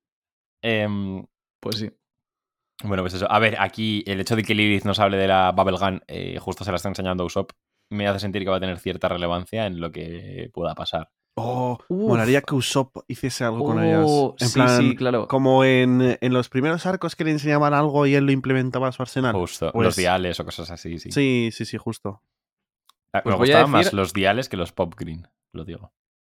Em, Pues sí. bueno, pues eso. A ver, aquí el hecho de que Lilith nos hable de la Bubblegum, eh, justo se la está enseñando Usopp, me hace sentir que va a tener cierta relevancia en lo que pueda pasar. Oh, Uf. molaría que Usopp hiciese algo con Oh, ellas. En sí, plan, sí, claro. como en, en los primeros arcos que le enseñaban algo y él lo implementaba a su arsenal. Justo. Pues- Los diales o cosas así, sí. Sí, sí, sí, justo. Ah, Pues me voy a gustaban decir- más los diales que los Pop Green, lo digo.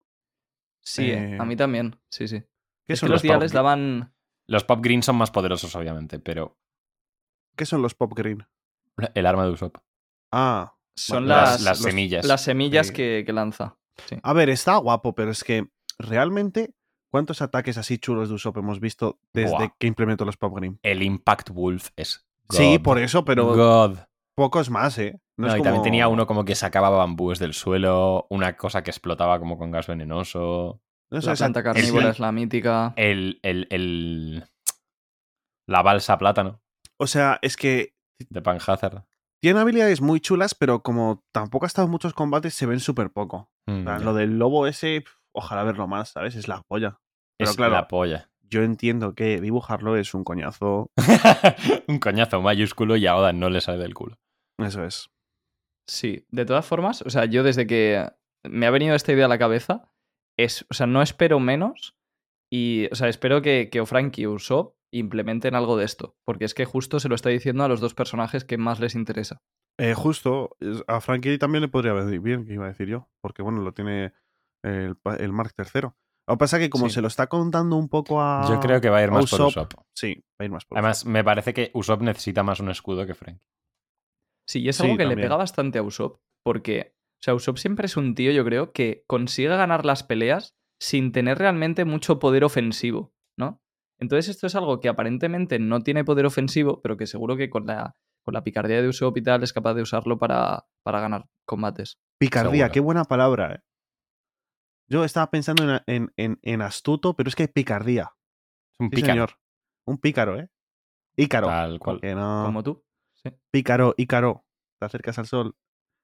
Sí, eh, Eh, a mí también. Sí, sí. ¿Qué Es son que los los diales pop, daban. Los Pop Green son más poderosos, obviamente, pero ¿Qué son los pop green? el arma de Usopp. Ah, Son Las- las, las los- semillas. Las semillas Sí. que, que lanza. Sí. a ver, está guapo, pero es que realmente, ¿cuántos ataques así chulos de Usopp hemos visto desde Buah. que implementó los pop green? El Impact Wolf es. Sí, God. por eso, pero God. pocos más, ¿eh? No, No, es y también como- tenía uno como que sacaba bambúes del suelo, una cosa que explotaba como con gas venenoso. No sé, La o sea, planta carnívora el- es la mítica. El, el, el- La balsa plátano o sea, es que de Panhazard. tiene habilidades muy chulas, pero como tampoco ha estado en muchos combates, se ven súper poco. Mm, En plan, ya. lo del lobo ese, pf, ojalá verlo más, ¿sabes? Es la polla. Pero Es claro, la polla. yo entiendo que dibujarlo es un coñazo. Un coñazo mayúsculo y a Oda no le sale del culo. Eso es. Sí, de todas formas, o sea, yo desde que me ha venido esta idea a la cabeza, es, o sea, no espero menos y, o sea, espero que, que Frank y Usopp implementen algo de esto, porque es que justo se lo está diciendo a los dos personajes que más les interesa. Eh, justo, es- a Frankie también le podría venir bien, que iba a decir yo, porque bueno, lo tiene el, pa- el Mark tercero. Lo que pasa es que como Sí. se lo está contando un poco a... Yo creo que va a ir a más por Usopp, Usopp. Sí, va a ir más por Además, me parece que Usopp necesita más un escudo que Frank. Sí, y es Sí, algo que le también. pega bastante a Usopp, porque, o sea, Usopp siempre es un tío, yo creo, que consigue ganar las peleas sin tener realmente mucho poder ofensivo, ¿no? Entonces esto es algo que aparentemente no tiene poder ofensivo, pero que seguro que con la, con la picardía de Usopp y tal es capaz de usarlo para, para ganar combates. Picardía, Seguro. qué buena palabra, ¿eh? Yo estaba pensando en, en- en- en astuto, pero es que picardía. Es un Sí, pícaro. señor. Un pícaro, ¿eh? Ícaro. Tal cual. Que no... Como tú. Sí. Pícaro, Ícaro. Te acercas al sol.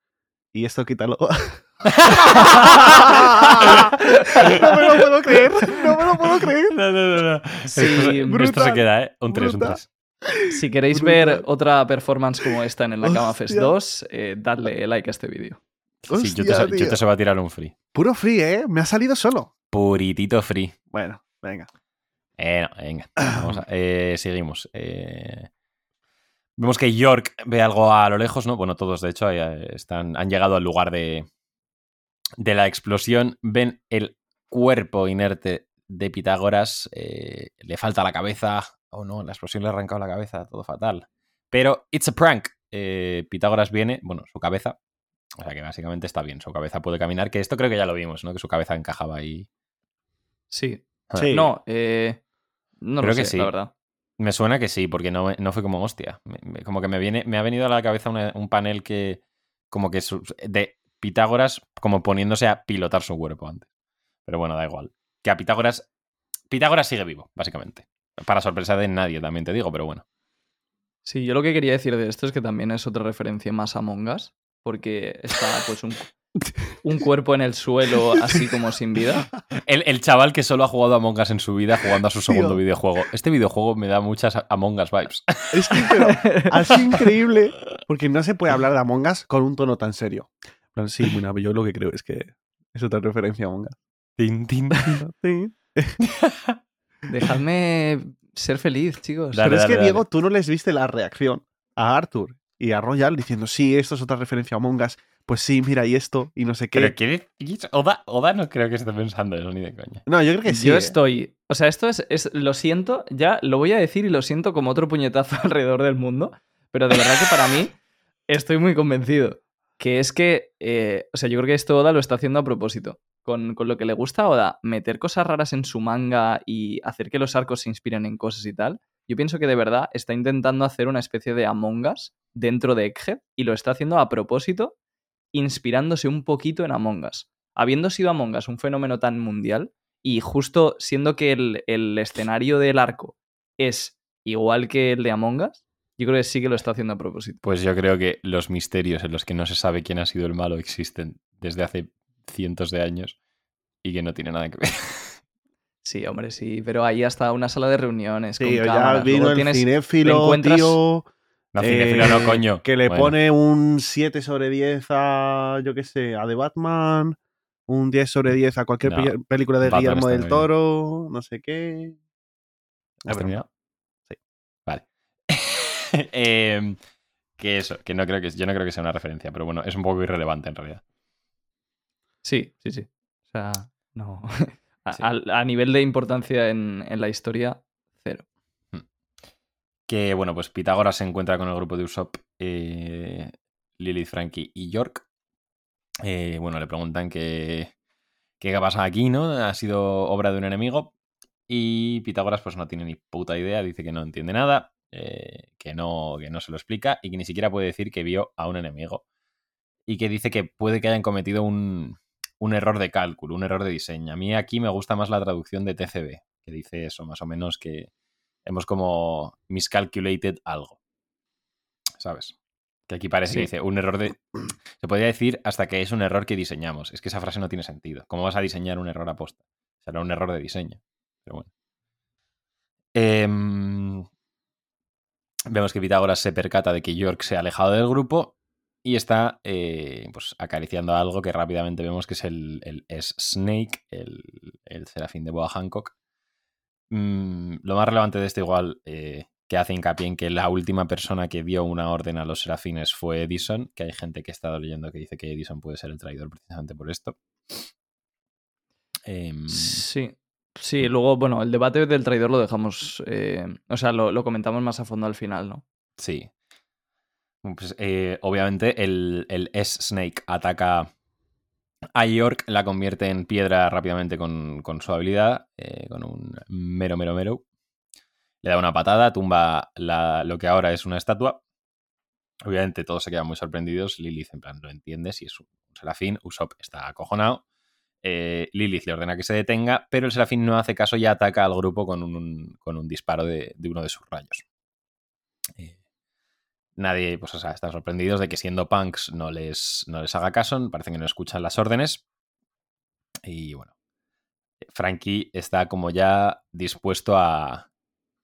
Y esto quítalo. No me lo puedo creer. No me lo puedo creer. No, no, no, no. Sí, esto, se- brutal, esto se queda, ¿eh? Un tres, un brutal. tres. Si queréis Brutal. ver otra performance como esta en el Nakama Fest Hostia. dos, eh, dadle like a este vídeo. Sí, yo te, Hostia, yo tío. te se va a tirar un free. Puro free, ¿eh? Me ha salido solo. Puritito free. Bueno, venga. Eh, no, venga. Vamos a- eh, seguimos. Eh, vemos que York ve algo a lo lejos, ¿no? Bueno, todos, de hecho, eh, están, han llegado al lugar de, de la explosión. Ven el cuerpo inerte de Pitágoras. eh, le falta la cabeza. Oh, no, la explosión le ha arrancado la cabeza. Todo fatal. Pero it's a prank. Eh, Pitágoras viene, bueno, su cabeza. O sea que básicamente está bien. Su cabeza puede caminar. Que esto creo que ya lo vimos, ¿no? Que su cabeza encajaba ahí. Sí. Sí. No, eh, no Creo lo sé, que sí. la verdad. Me suena que sí, porque no, no fue como hostia. Me- me- como que me viene, me ha venido a la cabeza una- un panel que. Como que su- de Pitágoras como poniéndose a pilotar su cuerpo antes. Pero bueno, da igual. Que a Pitágoras. Pitágoras sigue vivo, básicamente. Para sorpresa de nadie, también te digo, pero bueno. Sí, yo lo que quería decir de esto es que también es otra referencia más a Among Us, porque está pues un, un cuerpo en el suelo así como sin vida. El, el chaval que solo ha jugado a Among Us en su vida jugando a su segundo Tío. videojuego. Este videojuego me da muchas Among Us vibes. Es que, pero, ha sido increíble. Porque no se puede hablar de Among Us con un tono tan serio. En plan, sí, bueno, yo lo que creo es que es otra referencia a Among Us. Tin, tin. Sí. Dejadme ser feliz, chicos. Dale, Pero es dale, que, dale. Diego, tú no les viste la reacción a Arthur y a Royal diciendo, sí, esto es otra referencia a Among Us. Pues sí, mira, y esto, y no sé qué. Pero ¿qué dices? Oda, Oda no creo que esté pensando eso ni de coña. No, yo creo que sí. Yo ¿eh? estoy. O sea, esto es, es. Lo siento, ya lo voy a decir y lo siento como otro puñetazo alrededor del mundo. Pero de verdad que para mí estoy muy convencido. Que es que. eh, o sea, yo creo que esto Oda lo está haciendo a propósito. con, con lo que le gusta a Oda, meter cosas raras en su manga y hacer que los arcos se inspiren en cosas y tal, yo pienso que de verdad está intentando hacer una especie de Among Us dentro de Egghead y lo está haciendo a propósito, inspirándose un poquito en Among Us. Habiendo sido Among Us un fenómeno tan mundial y justo siendo que el, el escenario del arco es igual que el de Among Us, yo creo que sí que lo está haciendo a propósito. Pues yo creo que los misterios en los que no se sabe quién ha sido el malo existen desde hace cientos de años y que no tiene nada que ver. Sí, hombre, sí, pero ahí hasta una sala de reuniones Sí, con ya cámaras. vino Luego el tienes, te cinéfilo, encuentras- tío. No, cinéfilo no, coño. Que le Bueno. pone un siete sobre diez a, yo qué sé, a The Batman, un diez sobre diez a cualquier No, pe- película de Batman Guillermo está del muy bien. Toro, no sé qué. ¿Has terminado? Sí. Vale. Em, que eso, que no creo que yo no creo que sea una referencia, pero bueno, es un poco irrelevante en realidad. Sí, sí, sí. O sea, no. a, Sí. a- a nivel de importancia en, en la historia, cero. Que bueno, pues Pitágoras se encuentra con el grupo de Usopp, eh, Lilith, Frankie y York. Eh, bueno, le preguntan que qué pasa aquí, ¿no? Ha sido obra de un enemigo. Y Pitágoras pues no tiene ni puta idea, dice que no entiende nada, eh, que, no, que no se lo explica y que ni siquiera puede decir que vio a un enemigo. Y que dice que puede que hayan cometido un, un error de cálculo, un error de diseño. A mí aquí me gusta más la traducción de T C B, que dice eso, más o menos que hemos como miscalculated algo. ¿Sabes? Que aquí parece Sí. que dice un error de... Se podría decir hasta que es un error que diseñamos. Es que esa frase no tiene sentido. ¿Cómo vas a diseñar un error aposta? Será un error de diseño. Pero bueno. Em, Vemos que Pitágoras se percata de que York se ha alejado del grupo y está eh, pues, acariciando algo que rápidamente vemos que es el, el es Snake, el, el serafín de Boa Hancock. Mm, lo más relevante de esto igual eh, que hace hincapié en que la última persona que dio una orden a los serafines fue Edison, que hay gente que ha estado leyendo que dice que Edison puede ser el traidor precisamente por esto. Em, Sí. Sí, luego, bueno, el debate del traidor lo dejamos. eh, o sea, lo, lo comentamos más a fondo al final, ¿no? sí. Pues, eh, obviamente el, el S-Snake ataca a York, la convierte en piedra rápidamente con, con su habilidad, eh, con un mero, mero, mero. Le da una patada, tumba la, lo que ahora es una estatua. Obviamente todos se quedan muy sorprendidos. Lilith en plan lo entiende, si es un serafín. Usopp está acojonado. Eh, Lilith le ordena que se detenga, pero el serafín no hace caso y ataca al grupo con un, con un disparo de, de uno de sus rayos. Eh, nadie, pues o sea, están sorprendidos de que siendo punks no les, no les haga caso, parece que no escuchan las órdenes. Y bueno, Frankie está como ya dispuesto a, a,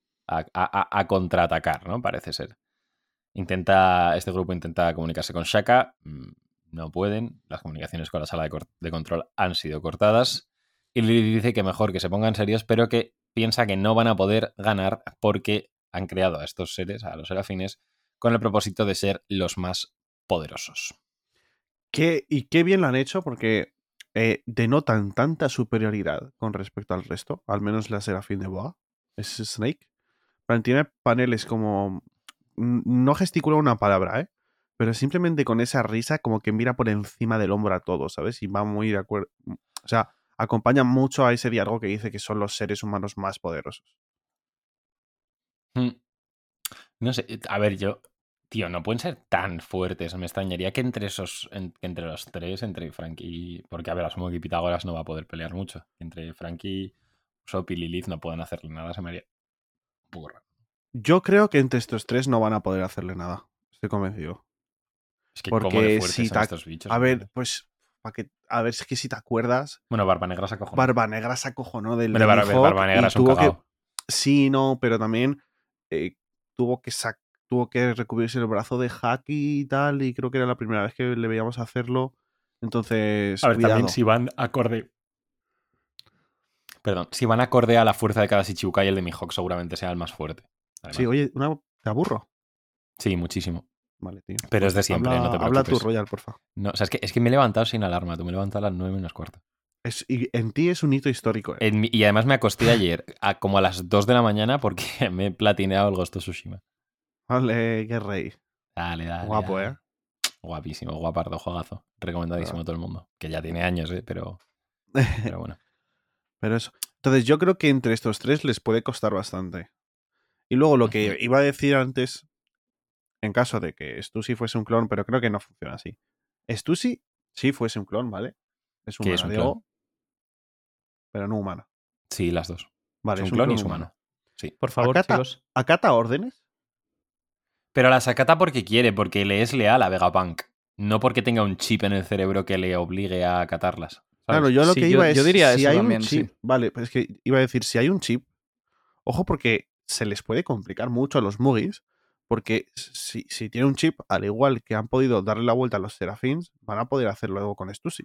a, a contraatacar, ¿no? Parece ser. Intenta, este grupo intenta comunicarse con Shaka, no pueden, las comunicaciones con la sala de, cor- de control han sido cortadas y Lily dice que mejor que se pongan serios, pero que piensa que no van a poder ganar porque han creado a estos seres, a los serafines, con el propósito de ser los más poderosos. ¿Qué, y qué bien lo han hecho porque eh, denotan tanta superioridad con respecto al resto, al menos la serafín de Boa, es Snake. Plan, tiene paneles como... n- No gesticula una palabra, ¿eh? Pero simplemente con esa risa como que mira por encima del hombro a todos, ¿sabes? Y va muy de acuerdo... O sea, acompaña mucho a ese diálogo que dice que son los seres humanos más poderosos. Hmm. No sé, a ver, yo... Tío, no pueden ser tan fuertes. Me extrañaría que entre esos, en- que entre los tres, entre Frankie... Porque, a ver, asumo que Pitágoras no va a poder pelear mucho. Entre Frankie, Usopp y Lilith no pueden hacerle nada, se me haría un poco raro. Yo creo que entre estos tres no van a poder hacerle nada. Estoy convencido. Es que Porque cómo de fuertes si son te... estos bichos. A ver, entonces. pues... Pa que, a ver, es que si te acuerdas, Bueno, Barba Negra se acojonó. Barba Negra se acojonó del Bueno, de Barba, Mihawk Barba Negra y es un tuvo que... cagao. Sí, no, pero también eh, tuvo que sac- tuvo que recubrirse el brazo de Haki y tal, y creo que era la primera vez que le veíamos hacerlo. Entonces, A ver, cuidado. también si van acorde... Perdón, si van acorde a la fuerza de cada Shichibukai, el de Mihawk seguramente sea el más fuerte. Además. Sí, oye, una... ¿te aburro? Sí, muchísimo. Vale, tío. Pero Pues es de siempre, habla, no te habla preocupes. tu Royal, porfa. No, o sea, es que, es que me he levantado sin alarma. Tú me he levantado a las nueve menos cuarto. Es, y en ti es un hito histórico, ¿eh? En mi- y además me acosté ayer a como a las dos de la mañana porque me he platineado el Ghost of Tsushima. Vale, qué rey. Dale, dale. Guapo, dale. ¿eh? Guapísimo, guapardo, juegazo. Recomendadísimo Ah. a todo el mundo. Que ya tiene años, ¿eh? Pero Pero bueno. Pero eso. Entonces yo creo que entre estos tres les puede costar bastante. Y luego lo que Ujú. iba a decir antes, en caso de que Stussy fuese un clon, pero creo que no funciona así. Stussy sí fuese un clon, ¿vale? Es ¿Qué humana, es un Diego, clon? pero no humana. Sí, las dos. Vale, Es un es un clon y clon es humano. humano. Sí. Por favor, ¿Acata, chicos. ¿Acata órdenes? Pero las acata porque quiere, porque le es leal a Vegapunk. No porque tenga un chip en el cerebro que le obligue a acatarlas. ¿Sabes? Claro, yo lo Sí, que yo, iba yo es, diría si eso hay también, un chip, sí. vale, pues es que iba a decir, si hay un chip, ojo porque se les puede complicar mucho a los Mugis, porque si, si tiene un chip, al igual que han podido darle la vuelta a los Seraphins, van a poder hacerlo luego con Stussy.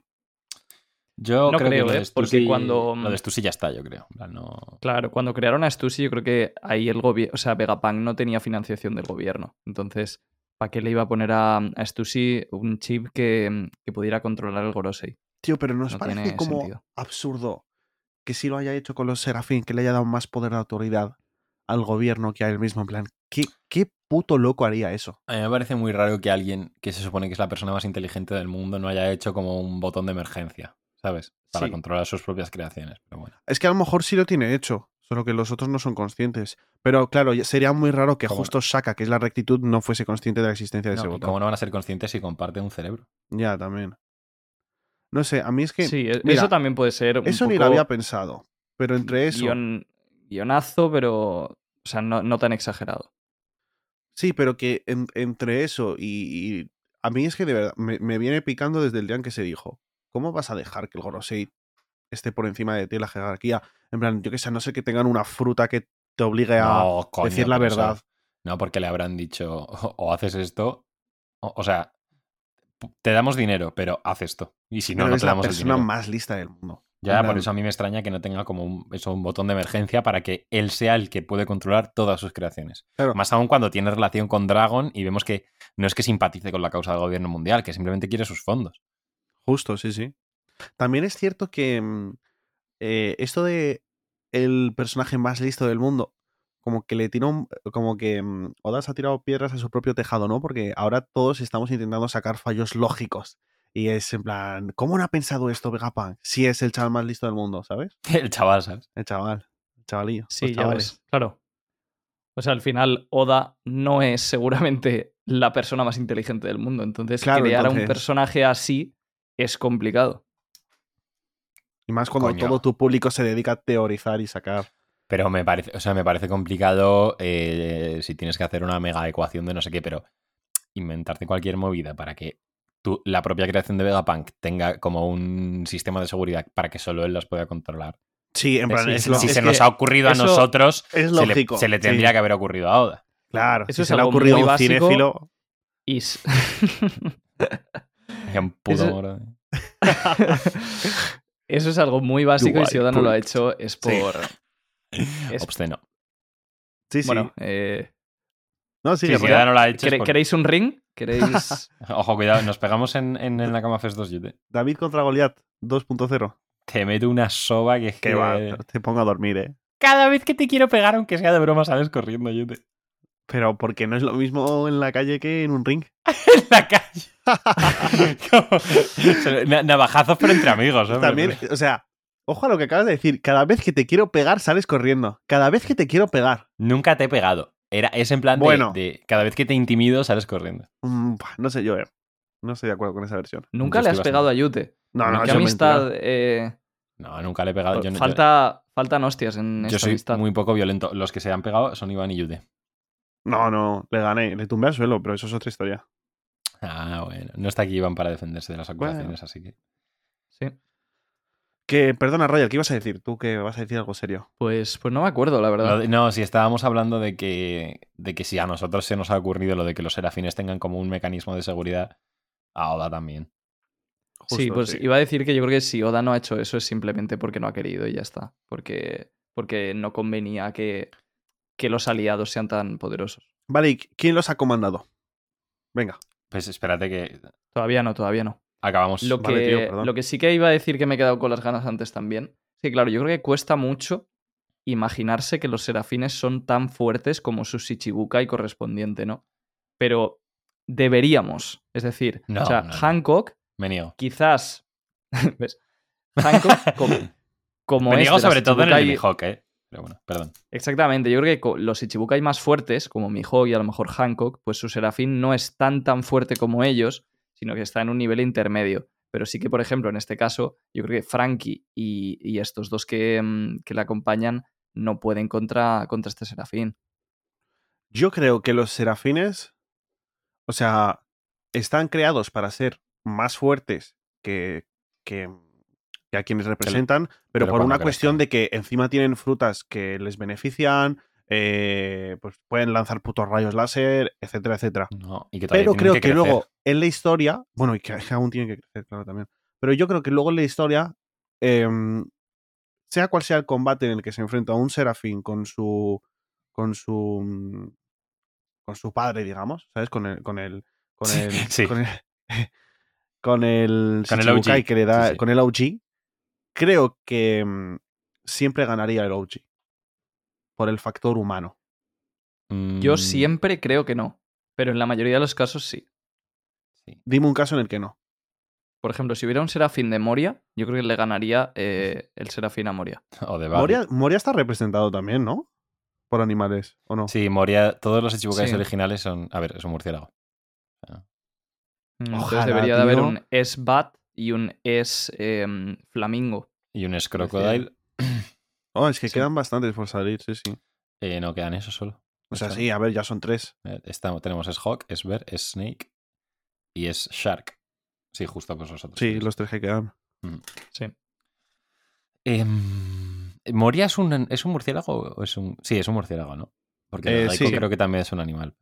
Yo No creo, creo, que lo ¿eh? de Porque Stussy, cuando... lo de Stussy ya está, yo creo. En plan, no... Claro, cuando crearon a Stussy, yo creo que ahí el gobierno, o sea, Vegapunk no tenía financiación del gobierno. Entonces, ¿para qué le iba a poner a, a Stussy un chip que, que pudiera controlar el Gorosei? Tío, pero ¿nos No parece tiene como sentido. absurdo que si lo haya hecho con los Serafín, que le haya dado más poder de autoridad al gobierno que a él mismo? En plan, ¿qué, qué puto loco haría eso? A mí me parece muy raro que alguien que se supone que es la persona más inteligente del mundo no haya hecho como un botón de emergencia, ¿sabes? Para Sí. controlar sus propias creaciones. Pero bueno. Es que a lo mejor sí lo tiene hecho, solo que los otros no son conscientes. Pero claro, sería muy raro que ¿Cómo justo Shaka, que es la rectitud, no fuese consciente de la existencia de ese No, ¿y botón. cómo no van a ser conscientes si comparten un cerebro? Ya, también. No sé, a mí es que... Sí, e- mira, eso también puede ser un eso poco ni lo había pensado. Pero entre eso... guion- guionazo, pero... O sea, no, no tan exagerado. Sí, pero que en- entre eso y, y a mí es que de verdad me, me viene picando desde el día en que se dijo, ¿cómo vas a dejar que el Gorosei esté por encima de ti en la jerarquía? En plan, yo que sé, a no sé que tengan una fruta que te obligue a No, coño, decir la pero eso- verdad. no, porque le habrán dicho, o, o haces esto, o, o sea, pu- te damos dinero, pero haz esto. Y si no, Pero no es te la damos el persona dinero. más lista del mundo. En Ya, por plan, eso a mí me extraña que no tenga como un, eso, un botón de emergencia para que él sea el que puede controlar todas sus creaciones. claro, Más aún cuando tiene relación con Dragon y vemos que no es que simpatice con la causa del gobierno mundial, que simplemente quiere sus fondos. justo, sí, sí. También es cierto que mm, eh, esto de el personaje más listo del mundo, como que le tiró, un- como que mm, Oda se ha tirado piedras a su propio tejado, ¿no? Porque ahora todos estamos intentando sacar fallos lógicos. Y es en plan, ¿cómo no ha pensado esto Vegapunk? Si es el chaval más listo del mundo, ¿sabes? El chaval, ¿sabes? El chaval, el chavalillo, los Sí, ya chavales. ves. Claro. O sea, al final, Oda no es seguramente la persona más inteligente del mundo. Entonces, Claro, crear a un entonces- personaje así es complicado. Y más cuando Coño. todo tu público se dedica a teorizar y sacar. Pero me parece, o sea, me parece complicado eh, si tienes que hacer una mega ecuación de no sé qué, pero inventarte cualquier movida para que tú, la propia creación de Vegapunk tenga como un sistema de seguridad para que solo él las pueda controlar. Sí, en plan, Sí, es, sí, lo- si es se que- nos ha ocurrido eso a nosotros, es se le, lógico, se le sí. tendría que haber ocurrido a Oda. Claro, Eso si es se le ha algo ocurrido a muy un básico. cinéfilo. Y s- Hay un puto Eso- moro. Eso es algo muy básico y si Oda no lo ha hecho es Sí. por... Es- Obsceno. Sí, sí. Bueno, eh, No, sí, Sí, es si real. Oda no lo ha hecho es ¿quere- por- ¿queréis un ring? ¿Queréis...? Ojo, cuidado, nos pegamos en, en, en la cama Fest dos, Yute. David contra Goliat dos punto cero. Te meto una soba que es Que que... va, te pongo a dormir, ¿eh? Cada vez que te quiero pegar, aunque sea de broma, sales corriendo, Yute. Pero porque no es lo mismo en la calle que en un ring. En la calle. Como- Na- Navajazos, pero entre amigos, hombre. También, o sea, ojo a lo que acabas de decir. Cada vez que te quiero pegar, sales corriendo. Cada vez que te quiero pegar. Nunca te he pegado. Era, es en plan de- Bueno. de, cada vez que te intimido, sales corriendo. Mm, buah, no sé yo, eh. No estoy de acuerdo con esa versión. Nunca Yo le has estoy pegado a bastante- Yute. No, no, Nunca ¿Qué eso es amistad? mentira. eh, No, nunca le he pegado. Yo, no- yo- falta, faltan hostias en yo esta soy amistad. muy poco violento. Los que se han pegado son Iván y Yude. No, no, le gané. Le tumbé al suelo, pero eso es otra historia. Ah, bueno. No está aquí Iván para defenderse de las acusaciones, así que... Sí. Que, perdona, Royal, ¿qué ibas a decir? Tú que vas a decir algo serio. Pues, pues no me acuerdo, la verdad. Lo de- no, si estábamos hablando de que, de que si a nosotros se nos ha ocurrido lo de que los serafines tengan como un mecanismo de seguridad, a Oda también. sí, Justo, pues sí. iba a decir que yo creo que si Oda no ha hecho eso es simplemente porque no ha querido y ya está. Porque, porque no convenía que, que los aliados sean tan poderosos. Vale, ¿y quién los ha comandado? Venga. Pues espérate que Todavía no, todavía no. acabamos. Lo que, Vale, tío, perdón. lo que sí que iba a decir que me he quedado con las ganas antes también. Sí, claro, yo creo que cuesta mucho imaginarse que los serafines son tan fuertes como su Shichibukai correspondiente, ¿no? Pero deberíamos. Es decir, No, o sea, no, no. Hancock Me niego. quizás... ¿Ves? Hancock, como, como Me es niego de las sobre todo en el de Ichibukai- Mihawk, ¿eh? Pero bueno, perdón. Exactamente, yo creo que co- los Ichibukai más fuertes, como Mihawk y a lo mejor Hancock, pues su Serafín no es tan tan fuerte como ellos, sino que está en un nivel intermedio. Pero sí que, por ejemplo, en este caso, yo creo que Frankie y, y estos dos que, mm, que le acompañan no pueden contra, contra este Serafín. Yo creo que los serafines, o sea, están creados para ser más fuertes que, que, que a quienes representan, pero, pero por cuando una cuestión crezcan. de que encima tienen frutas que les benefician, eh, pues pueden lanzar putos rayos láser, etcétera, etcétera. No, y que todavía Pero tienen creo que que, crecer. luego en la historia, bueno, y que aún tienen que crecer, claro, también. Pero yo creo que luego en la historia, em, sea cual sea el combate en el que se enfrenta un serafín con su. con su. mm, con su padre, digamos, ¿sabes? Con el. con el. con Sí, el. sí. con el, con el Con el O G. Shichibukai que le da. Sí, sí. Con el O G. Creo que mm, siempre ganaría el O G. Por el factor humano. Yo Mm, siempre creo que no, pero en la mayoría de los casos sí. sí. Dime un caso en el que no. Por ejemplo, si hubiera un Serafín de Moria, yo creo que le ganaría eh, el Serafín a Moria. O de Buggy. Moria, Moria está representado también, ¿no? Por animales, ¿o no? Sí, Moria, todos los Ichibukais Sí. originales son. A ver, es un murciélago. Ah. Mm, Entonces Ojalá, debería de haber tío. un S-Bat y un S-Flamingo. Y un S-Crocodile. Oh, es que Sí. quedan bastantes por salir, sí, sí. Eh, no quedan eso solo. O sea, Son- sí, a ver, ya son tres. eh, está- tenemos S-Hawk, S-Bear, S-Snake y S-Shark. Sí, justo pues los otros. Sí, tres. los tres que quedan. Sí. Em, ¿Moria es un, es un murciélago o es un...? Sí, es un murciélago, ¿no? Porque el Eh, Raiko sí. creo que también es un animal.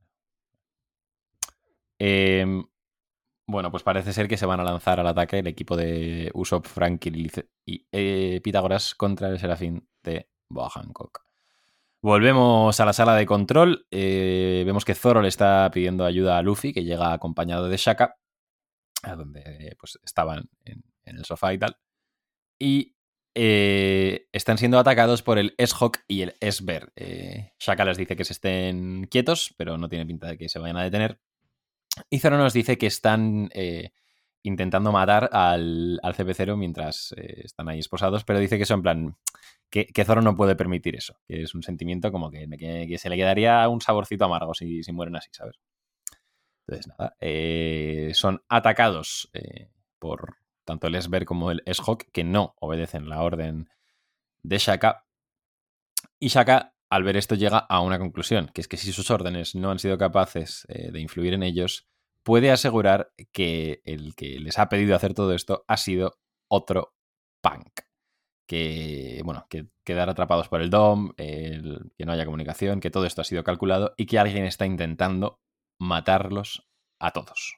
Em, bueno, pues parece ser que se van a lanzar al ataque el equipo de Usopp, Frankie Lilith y eh, Pitágoras contra el Serafín de Boa Hancock. Volvemos a la sala de control. Eh, vemos que Zoro le está pidiendo ayuda a Luffy, que llega acompañado de Shaka, a donde pues, estaban en, en el sofá y tal. Y eh, están siendo atacados por el S-Hawk y el S-Bear. Eh, Shaka les dice que se estén quietos, pero no tiene pinta de que se vayan a detener. Y Zoro nos dice que están eh, intentando matar al, al C P cero mientras eh, están ahí esposados, pero dice que eso en plan, que, que Zoro no puede permitir eso, que es un sentimiento como que, que, que se le quedaría un saborcito amargo si, si mueren así, ¿sabes? Entonces, nada, eh, son atacados eh, por tanto el S-Bear como el S-Hawk, que no obedecen la orden de Shaka. Y Shaka, al ver esto, llega a una conclusión, que es que si sus órdenes no han sido capaces eh, de influir en ellos, puede asegurar que el que les ha pedido hacer todo esto ha sido otro punk. Que, bueno, que quedar atrapados por el D O M, el, que no haya comunicación, que todo esto ha sido calculado y que alguien está intentando matarlos a todos.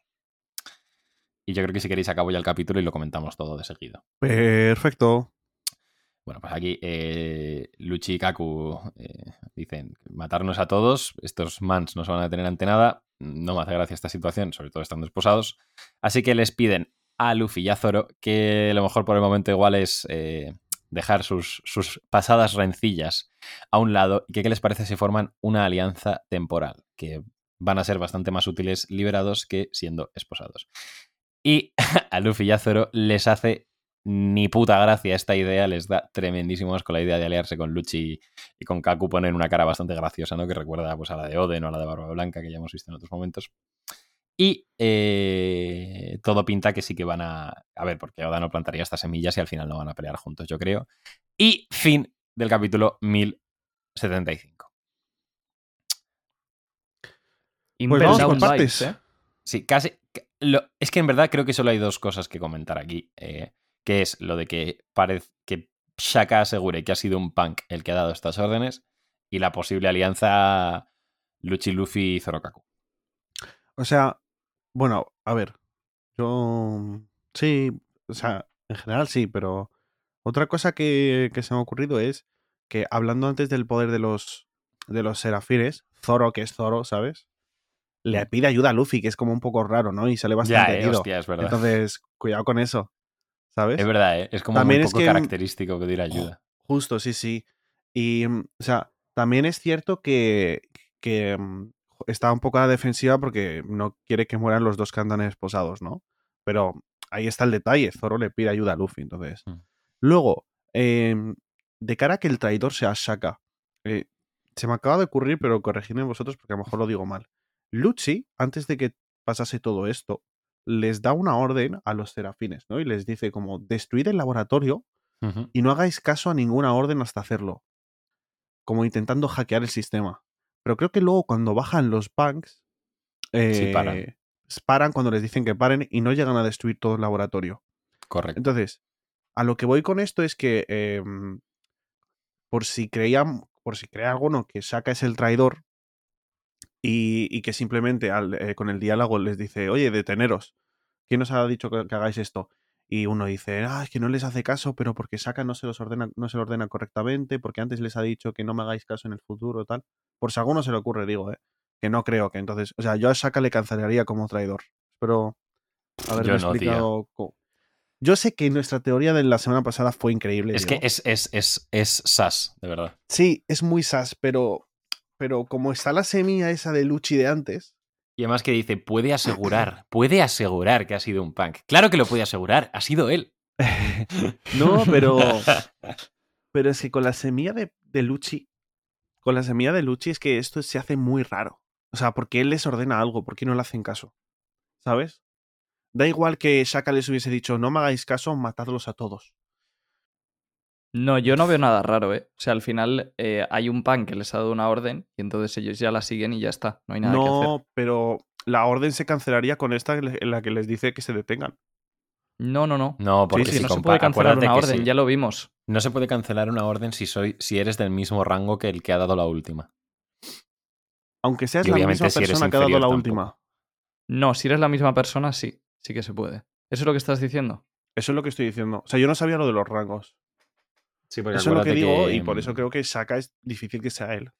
Y yo creo que si queréis acabo ya el capítulo y lo comentamos todo de seguido. Perfecto. Bueno, pues aquí eh, Luchi y Kaku eh, dicen matarnos a todos, estos mans no se van a detener ante nada, no me hace gracia esta situación, sobre todo estando esposados, así que les piden a Luffy y a Zoro que lo mejor por el momento igual es eh, dejar sus, sus pasadas rencillas a un lado y que qué les parece si forman una alianza temporal, que van a ser bastante más útiles liberados que siendo esposados. Y a Luffy y a Zoro les hace ni puta gracia esta idea, les da tremendísimo asco la idea de aliarse con Luchi y con Kaku, ponen una cara bastante graciosa, ¿no? Que recuerda pues, a la de Oden o a la de Barba Blanca que ya hemos visto en otros momentos. Y eh, todo pinta que sí que van a... A ver, porque Oda no plantaría estas semillas y al final no van a pelear juntos, yo creo. Y fin del capítulo mil setenta y cinco. Pues vamos Impel por Down partes. Vibes, ¿eh? Sí, casi... Lo, es que en verdad creo que solo hay dos cosas que comentar aquí. Eh, que es lo de que parece que Shaka asegure que ha sido un punk el que ha dado estas órdenes y la posible alianza Luchi, Luffy y Zorokaku. O sea, bueno, a ver. Yo. Sí, o sea, en general sí, pero. Otra cosa que, que se me ha ocurrido es que hablando antes del poder de los. de los serafines, Zoro, que es Zoro, ¿sabes? Le pide ayuda a Luffy, que es como un poco raro, ¿no? Y sale bastante Ya, eh, herido. hostia, es verdad. Entonces, cuidado con eso. ¿Sabes? Es verdad, ¿eh? Es como También muy es poco que- característico pedir ayuda. Justo, sí, sí. Y, mm, o sea, también es cierto que, que mm, está un poco a la defensiva porque no quiere que mueran los dos que andan esposados, ¿no? Pero ahí está el detalle. Zoro le pide ayuda a Luffy, entonces. Mm. Luego, eh, de cara a que el traidor sea Shaka, eh, se me acaba de ocurrir, pero corregidme vosotros porque a lo mejor lo digo mal. Lucci, antes de que pasase todo esto, les da una orden a los serafines, ¿no? Y les dice como, destruid el laboratorio Ujú. y no hagáis caso a ninguna orden hasta hacerlo. Como intentando hackear el sistema. Pero creo que luego cuando bajan los punks, eh, Sí, paran. paran cuando les dicen que paren y no llegan a destruir todo el laboratorio. Correcto. Entonces, a lo que voy con esto es que eh, por si creían, por si cree alguno que Shaka es el traidor y, y que simplemente al, eh, con el diálogo les dice, oye, deteneros, ¿quién os ha dicho que, que hagáis esto? Y uno dice, ah, es que no les hace caso, pero porque Shaka no se los ordena, no se lo ordena correctamente, porque antes les ha dicho que no me hagáis caso en el futuro, tal. Por si a alguno se le ocurre, digo, eh, que no creo que entonces, o sea, yo a Shaka le cancelaría como traidor. Espero haberme Yo no, tío. explicado. co- Yo sé que nuestra teoría de la semana pasada fue increíble. Es que Diego. es, es, es, es sas, de verdad. Sí, es muy sas, pero, pero como está la semilla esa de Lucci de antes, Y además que dice, puede asegurar, puede asegurar que ha sido un punk. Claro que lo puede asegurar, ha sido él. no, pero, pero es que con la semilla de, de Lucci, con la semilla de Lucci es que esto se hace muy raro. O sea, porque él les ordena algo, ¿por qué no le hacen caso? ¿Sabes? Da igual que Shaka les hubiese dicho, no me hagáis caso, matadlos a todos. No, yo no veo nada raro, ¿eh? O sea, al final eh, hay un pan que les ha dado una orden y entonces ellos ya la siguen y ya está. No hay nada que hacer. No, pero la orden se cancelaría con esta en la que les dice que se detengan. No, no, no. No, porque Sí, Que si no se compa- puede cancelar acuérdate una que orden, sí. ya lo vimos. No se puede cancelar una orden si, soy, si eres del mismo rango que el que ha dado la última. Aunque seas Y la obviamente misma si eres persona que ha dado inferior la tampoco. última. No, si eres la misma persona, sí. Sí que se puede. ¿Eso es lo que estás diciendo? Eso es lo que estoy diciendo. O sea, yo no sabía lo de los rangos. Sí, porque Eso es lo que acuérdate digo que, y por eso mm, creo que Shaka es difícil que sea él.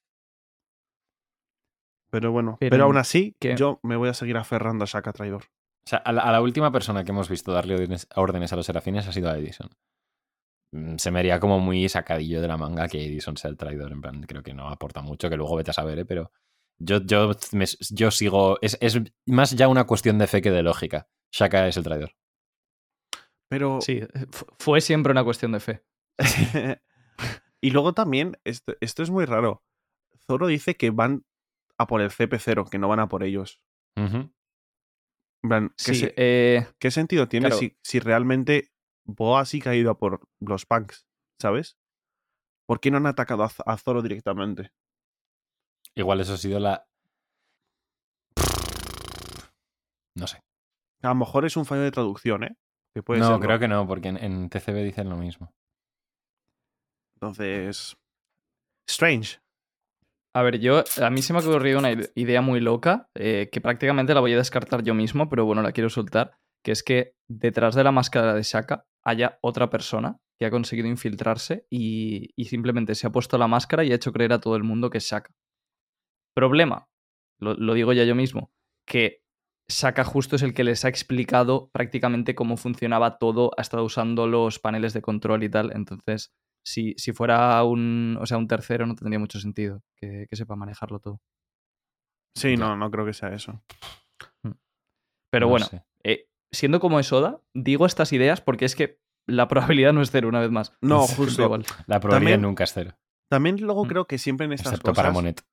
Pero bueno, Pero pero, en aún así, qué- yo me voy a seguir aferrando a Shaka traidor. O sea, a la, a la última persona que hemos visto darle órdenes, órdenes a los serafines ha sido a Edison. Mm, Se me haría como muy sacadillo de la manga que Edison sea el traidor. En plan, creo que no aporta mucho, que luego vete a saber, ¿eh? Pero yo, yo, me- yo sigo. Es, es más ya una cuestión de fe que de lógica. Shaka es el traidor. Pero. Sí, fu- fue siempre una cuestión de fe. Y luego también, esto, esto es muy raro. Zoro dice que van a por el C P cero, que no van a por ellos. Ujú. En plan, ¿qué, Sí, se- eh, ¿qué sentido tiene claro. si, si realmente Boa sí que ha ido a por los punks? ¿Sabes? ¿Por qué no han atacado a, Z- a Zoro directamente? Igual eso ha sido la. No sé. A lo mejor es un fallo de traducción, ¿eh? Que puede No, serlo. creo que no, porque en, en T C B dicen lo mismo. Entonces. Strange. A ver, yo, a mí se me ha ocurrido una ide- idea muy loca, eh, que prácticamente la voy a descartar yo mismo, pero bueno, la quiero soltar, que es que detrás de la máscara de Shaka haya otra persona que ha conseguido infiltrarse y, y simplemente se ha puesto la máscara y ha hecho creer a todo el mundo que es Shaka. Problema, lo, lo digo ya yo mismo, que Shaka justo es el que les ha explicado prácticamente cómo funcionaba todo, ha estado usando los paneles de control y tal, entonces si, si fuera un, o sea, un tercero no tendría mucho sentido que, que sepa manejarlo todo. Sí, Ya. no, no creo que sea eso. Pero No bueno, sé. eh, siendo como es Oda, digo estas ideas porque es que la probabilidad no es cero, una vez más. No, Siempre justo. igual. La probabilidad También- nunca es cero. También luego Mm. creo que siempre en estas Excepto para cosas. Monet.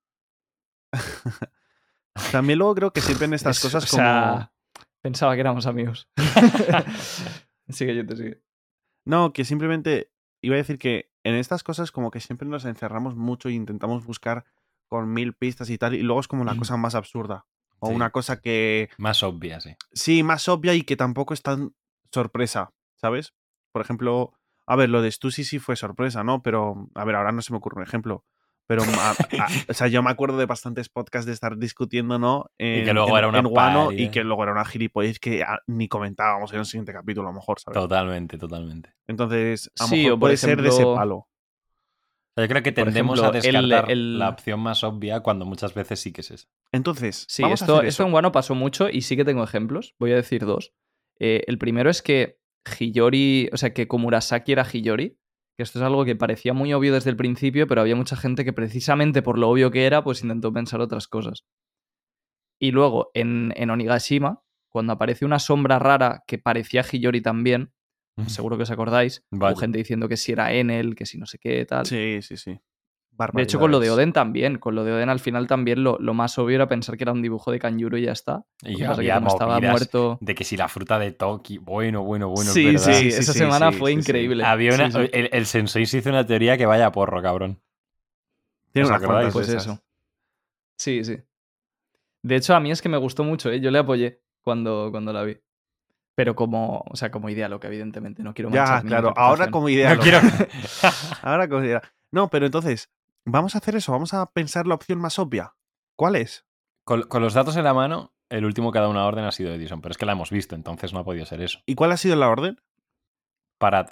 También luego creo que siempre en estas Es- cosas o como. sea, pensaba que éramos amigos. Sigue, yo te sigue. No, que simplemente iba a decir que en estas cosas como que siempre nos encerramos mucho e intentamos buscar con mil pistas y tal, y luego es como la cosa más absurda. O Sí. una cosa que Más obvia, sí. sí, más obvia y que tampoco es tan sorpresa, ¿sabes? Por ejemplo, a ver, lo de Stussy sí fue sorpresa, ¿no? Pero, a ver, ahora no se me ocurre un ejemplo. Pero, a- a- o sea, yo me acuerdo de bastantes podcasts de estar discutiendo, ¿no? En, Y que luego en- era una en Wano paria. y que luego era una gilipollez que ah, ni comentábamos en el siguiente capítulo, a lo mejor, ¿sabes? Totalmente, totalmente. Entonces, a lo Sí, mejor o por puede ser de ese ejemplo- palo. O sea, yo creo que Por tendemos ejemplo, a el- descartar el- la opción más obvia cuando muchas veces sí que es esa. Entonces, Sí, vamos esto, a hacer esto eso. en Wano pasó mucho y sí que tengo ejemplos. Voy a decir dos. Eh, el primero es que Hiyori, o sea, que Komurasaki era Hiyori, que esto es algo que parecía muy obvio desde el principio, pero había mucha gente que precisamente por lo obvio que era, pues intentó pensar otras cosas. Y luego, en, en Onigashima, cuando aparece una sombra rara que parecía Hiyori también, seguro que os acordáis, Vaya. hubo gente diciendo que si era Enel, que si no sé qué, tal. Sí, sí, sí. De hecho, con lo de Barbaridades. Oden también. Con lo de Oden al final también lo, lo más obvio era pensar que era un dibujo de Kanjuro y ya está. Lo Y que pasa es que había como estaba movidas muerto... de que si la fruta de Toki. Bueno, bueno, bueno, sí, es verdad. sí, Sí, sí, esa sí, semana sí, fue sí, sí. increíble. Había una, Sí, sí. El, el sensei se hizo una teoría que vaya porro, cabrón. Tiene ¿Os unas acordáis? cuantas Pues de esas. eso. Sí, sí. De hecho, a mí es que me gustó mucho, ¿eh? Yo le apoyé cuando, cuando la vi. Pero como, o sea, como idea loca, evidentemente. No quiero manchar Ya, mi claro. Ahora reputación. como idea No loca. quiero. Ahora como idea. No, pero entonces, vamos a hacer eso. Vamos a pensar la opción más obvia. ¿Cuál es? con, con los datos en la mano, el último que ha dado una orden ha sido Edison, pero es que la hemos visto, entonces no ha podido ser eso. ¿Y cuál ha sido la orden? Parad.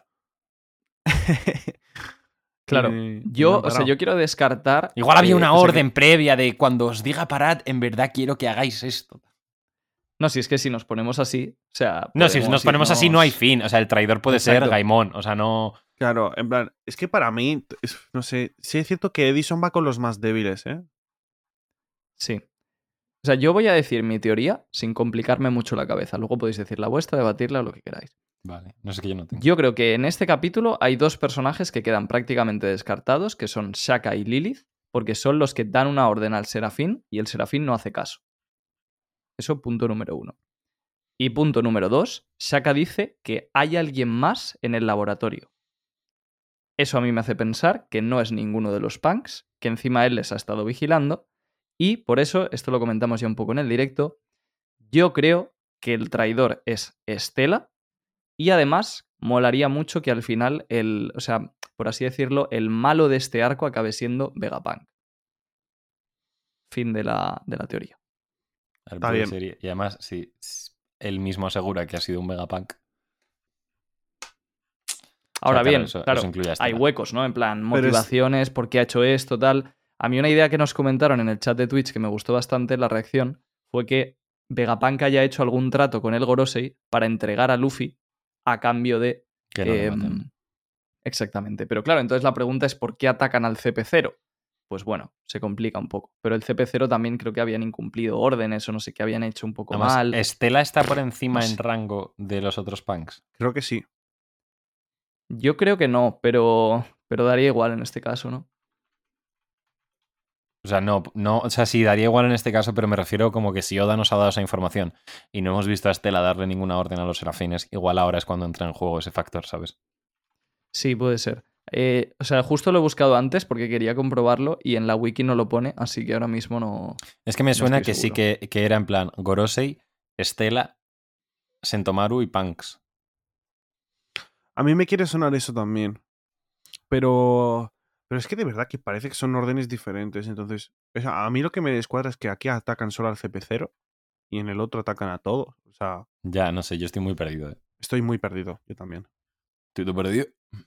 Claro, Y- y no yo, han o sea, parado. yo quiero descartar... Igual había eh, una o sea, orden que- previa de cuando os diga parad, en verdad quiero que hagáis esto. No, si es que si nos ponemos así, o sea... No, si nos podemos ponemos así no hay irnos- fin. O sea, el traidor puede ser Exacto. Gaimon. O sea, no. Claro, en plan, es que para mí, es- no sé, sí es cierto que Edison va con los más débiles, ¿eh? Sí. O sea, yo voy a decir mi teoría sin complicarme mucho la cabeza. Luego podéis decir la vuestra, debatirla o lo que queráis. Vale, no sé qué yo no tengo. Yo creo que en este capítulo hay dos personajes que quedan prácticamente descartados, que son Shaka y Lilith, porque son los que dan una orden al Serafín y el Serafín no hace caso. Eso punto número uno. Y punto número dos, Shaka dice que hay alguien más en el laboratorio. Eso a mí me hace pensar que no es ninguno de los punks, que encima él les ha estado vigilando, y por eso, esto lo comentamos ya un poco en el directo, yo creo que el traidor es Estela, y además molaría mucho que al final el, o sea, por así decirlo, el malo de este arco acabe siendo Vegapunk. Fin de la, de la teoría. A ver, Está puede bien. ser- Y además, si si él mismo asegura que ha sido un Vegapunk. Ahora O sea, claro, bien, eso- claro, eso incluye a hay Estela. huecos, ¿no? En plan, Pero es- motivaciones, por qué ha hecho esto, tal. A mí una idea que nos comentaron en el chat de Twitch que me gustó bastante la reacción fue que Vegapunk haya hecho algún trato con el Gorosei para entregar a Luffy a cambio de... Que no le em, maten. exactamente. Pero claro, entonces la pregunta es ¿por qué atacan al C P cero? Pues bueno, se complica un poco. Pero el C P cero también creo que habían incumplido órdenes o no sé qué habían hecho un poco Además, mal. Estela está por encima No en sé. rango de los otros punks. Creo que sí. Yo creo que no, pero, pero daría igual en este caso, ¿no? O sea, no, no, o sea, sí, daría igual en este caso, pero me refiero como que si Oda nos ha dado esa información y no hemos visto a Estela darle ninguna orden a los serafines, igual ahora es cuando entra en juego ese factor, ¿sabes? Sí, puede ser. Eh, o sea, justo lo he buscado antes porque quería comprobarlo y en la wiki no lo pone, así que ahora mismo no... Es que me No suena estoy que sí seguro. que, que era en plan Gorosei, Estela, Sentomaru y Punks. A mí me quiere sonar eso también. Pero. Pero es que de verdad que parece que son órdenes diferentes. Entonces, o sea, a mí lo que me descuadra es que aquí atacan solo al C P cero y en el otro atacan a todos. O sea, Ya, no sé, yo estoy muy perdido. ¿eh? estoy muy perdido. Yo también. ¿Tú te perdido?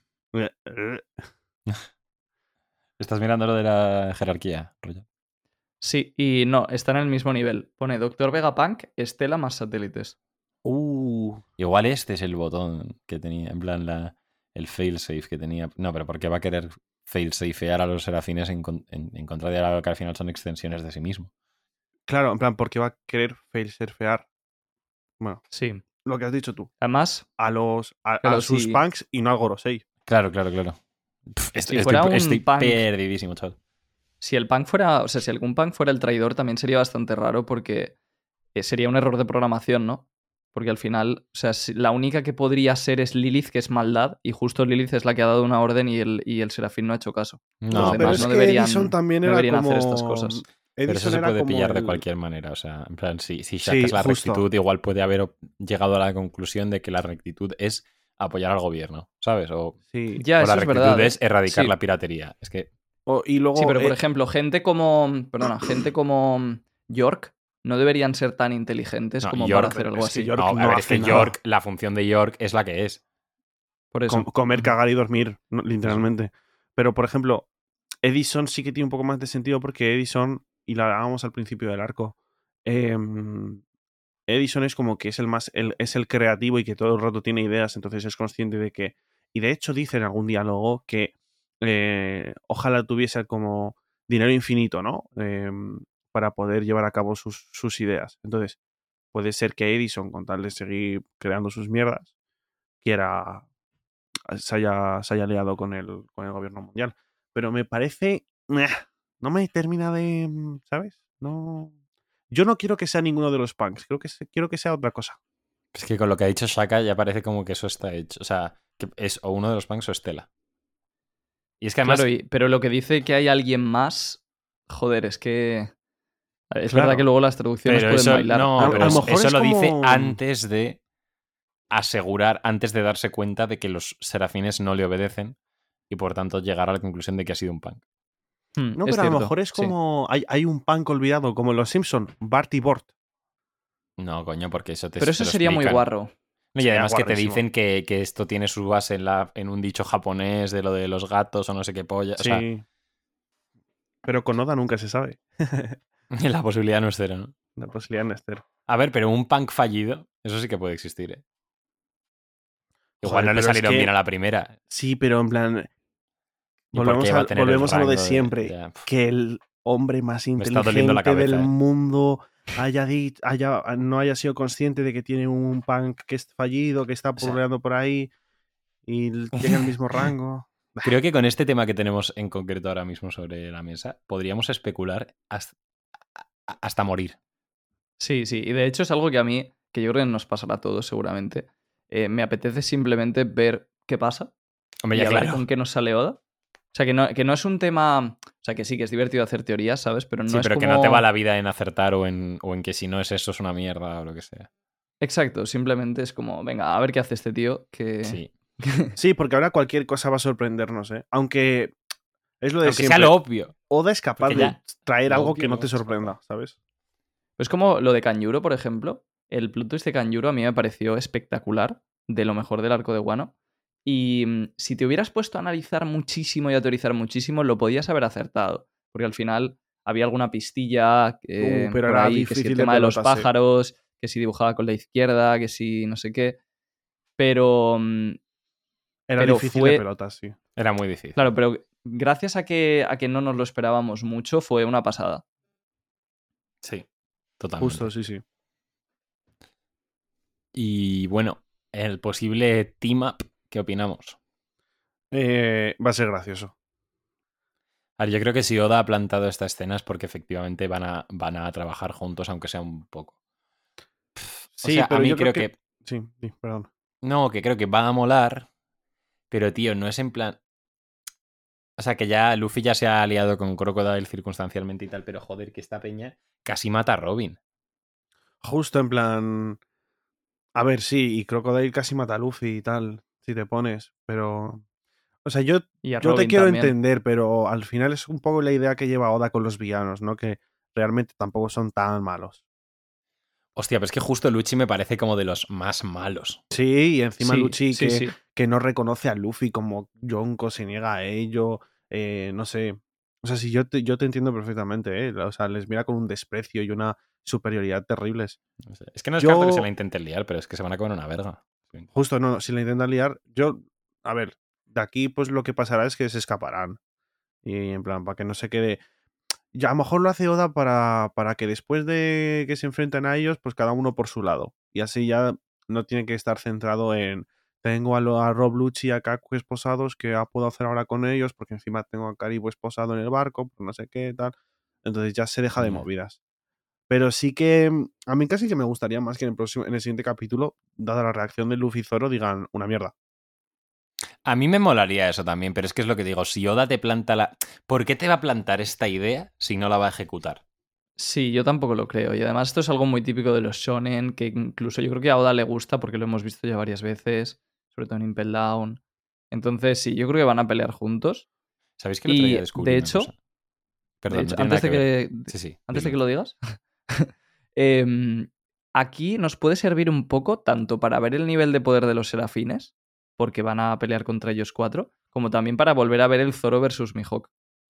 ¿Estás mirando lo de la jerarquía, rollo? Sí, y no, está en el mismo nivel. Pone Doctor Vegapunk, Estela más satélites. Uh, igual este es el botón que tenía, en plan la, el failsafe que tenía. No, pero ¿por qué va a querer failsafear a los serafines en, con- en- en contra de algo que al final son extensiones de sí mismo? Claro, en plan, porque va a querer fail-surfear. Bueno, Sí. lo que has dicho tú. Además, A los. A, a Claro, sus si- punks y no al Gorosei. Claro, claro, claro. Pff, est- Si estoy fuera un estoy punk- perdidísimo, chaval. si el punk fuera, o sea, si algún punk fuera el traidor también sería bastante raro porque eh, sería un error de programación, ¿no? Porque al final, o sea, si- la única que podría ser es Lilith, que es maldad, y justo Lilith es la que ha dado una orden y el, y el Serafín no ha hecho caso. No, Los pero demás es no que deberían, Edison también no era deberían como. hacer estas cosas. Pero eso Edison se era puede como pillar de el- cualquier manera. O sea, en plan, si, si Shaka Sí, es la justo. rectitud, igual puede haber op- llegado a la conclusión de que la rectitud es apoyar al gobierno, ¿sabes? O, Sí. Ya, o eso la es rectitud verdad. ¿eh? es erradicar Sí. la piratería. Es que O- y luego. Sí, pero por eh, ejemplo, gente como. Perdona, gente como York no deberían ser tan inteligentes No, como York- para hacer algo es que así. York no, a no ver, es hace que nada. York, la función de York es la que es. Por eso. Com- comer, cagar y dormir, no, literalmente. Pero, por ejemplo, Edison sí que tiene un poco más de sentido porque Edison, y lo hablábamos al principio del arco, em, Edison es como que es el más, el- es el creativo y que todo el rato tiene ideas, entonces es consciente de que, y de hecho dice en algún diálogo que eh, ojalá tuviese como dinero infinito, ¿no? Em, para poder llevar a cabo sus, sus ideas. Entonces, puede ser que Edison, con tal de seguir creando sus mierdas, quiera se haya, se haya liado con el, con el gobierno mundial. Pero me parece... No me termina de... ¿Sabes? No... Yo no quiero que sea ninguno de los punks. Creo que se, quiero que sea otra cosa. Es que con lo que ha dicho Shaka ya parece como que eso está hecho. O sea, que es o uno de los punks o Estela. Y es que además... Claro, y- pero lo que dice que hay alguien más, joder, es que... Es Claro. verdad que luego las traducciones Pero pueden eso, bailar. no, A- pero a lo es- mejor eso es lo dice como- antes de asegurar, antes de darse cuenta de que los serafines no le obedecen y por tanto llegar a la conclusión de que ha sido un punk. Hmm, No, es pero a lo cierto, mejor es sí. como... Hay, hay un punk olvidado, como en Los Simpson, Bart y Bort. No, coño, porque eso te Pero eso te lo sería muy explican. guarro. No, y Sería además que te guarrísimo. dicen que, que esto tiene su base en, la, en un dicho japonés de lo de los gatos o no sé qué polla. Sí. O sea, Pero con Oda nunca se sabe. la posibilidad no es cero, ¿no? La posibilidad no es cero. A ver, pero un punk fallido, eso sí que puede existir, ¿eh? Igual Joder, no le pero es salieron que- bien a la primera. Sí, pero en plan... ¿Y por Volvemos, qué va a, a tener el volvemos a lo de rango de- siempre. ya, pf. Que el hombre más Me está doliendo la inteligente del cabeza, ¿eh? mundo haya, dit- haya no haya sido consciente de que tiene un punk que es fallido, que está sea- pululeando por ahí y l- tenga el mismo rango. Creo que con este tema que tenemos en concreto ahora mismo sobre la mesa, podríamos especular hasta, hasta morir. Sí, sí. Y de hecho es algo que a mí, que yo creo que nos pasará a todos seguramente, eh, me apetece simplemente ver qué pasa Hombre, y ya a ver claro. con qué nos sale Oda. O sea, que no, que no es un tema... O sea, que sí, que es divertido hacer teorías, ¿sabes? Pero no Sí, es pero como... que no te va la vida en acertar o en, o en que si no es eso es una mierda o lo que sea. Exacto, simplemente es como, venga, a ver qué hace este tío, que... Sí. Sí, porque ahora cualquier cosa va a sorprendernos, ¿eh? Aunque es lo de Aunque siempre. sea lo obvio. Oda es capaz porque de ya traer lo algo obvio que no lo te hemos sorprenda, escapado. ¿sabes? Es como lo de Kanjuro, por ejemplo. El plot twist de Kanjuro a mí me pareció espectacular, de lo mejor del arco de Wano. Y mm, si te hubieras puesto a analizar muchísimo y a teorizar muchísimo, lo podías haber acertado. Porque al final había alguna pistilla eh, Uh, pero por era ahí, que si el difícil de tema de los pelotas, sí. pájaros, que si dibujaba con la izquierda, que si no sé qué. Pero, mm, Era Pero difícil fue- de pelotas, sí. Era muy difícil. claro, pero gracias a que, a que no nos lo esperábamos mucho, fue una pasada. Sí, totalmente. Justo, sí, sí. Y bueno, el posible team up, ¿qué opinamos? Eh, va a ser gracioso. A ver, yo creo que si Oda ha plantado esta escena es porque efectivamente van a, van a trabajar juntos, aunque sea un poco. Sí, sea, a pero mí yo creo creo que... que- Sí, sí, perdón. No, que creo que va a molar, pero tío, no es en plan... O sea, que ya Luffy ya se ha aliado con Crocodile circunstancialmente y tal, pero joder, que esta peña casi mata a Robin. Justo en plan... A ver, sí, y Crocodile casi mata a Luffy y tal, si te pones, pero... O sea, yo, Y a yo te Robin quiero también. entender, pero al final es un poco la idea que lleva Oda con los villanos, ¿no? Que realmente tampoco son tan malos. Hostia, pero es que justo Lucci me parece como de los más malos. Sí, y encima Sí, Lucci sí, que, sí. que no reconoce a Luffy como Yonko, se niega a ello, eh, no sé. O sea, sí, yo te, yo te entiendo perfectamente, ¿eh? O sea, les mira con un desprecio y una superioridad terribles. No sé. Es que no Yo- descarto que se la intenten liar, pero es que se van a comer una verga. Justo, no, si la intentan liar, yo, a ver, de aquí pues lo que pasará es que se escaparán. Y en plan, para que no se quede... Ya, a lo mejor lo hace Oda para, para que después de que se enfrenten a ellos, pues cada uno por su lado. Y así ya no tiene que estar centrado en... Tengo a, lo- a Rob Lucci y a Kaku esposados, ¿qué puedo hacer ahora con ellos? Porque encima tengo a Karibo esposado en el barco, pues no sé qué, tal. Entonces ya se deja de Ya. movidas. Pero sí que... A mí casi que me gustaría más que en el, próximo, en el siguiente capítulo, dada la reacción de Luffy y Zoro, digan una mierda. A mí me molaría eso también, pero es que es lo que digo. Si Oda te planta la... ¿Por qué te va a plantar esta idea si no la va a ejecutar? Sí, yo tampoco lo creo. Y además esto es algo muy típico de los shonen, que incluso yo creo que a Oda le gusta porque lo hemos visto ya varias veces, sobre todo en Impel Down. Entonces sí, yo creo que van a pelear juntos. ¿Sabéis que el otro Y, día descubrí de una hecho, cosa? Perdón, de hecho, no tiene antes nada de que que, ver. Sí, sí. antes de dilo. que lo digas, em, aquí nos puede servir un poco tanto para ver el nivel de poder de los serafines, porque van a pelear contra ellos cuatro, como también para volver a ver el Zoro versus Mihawk.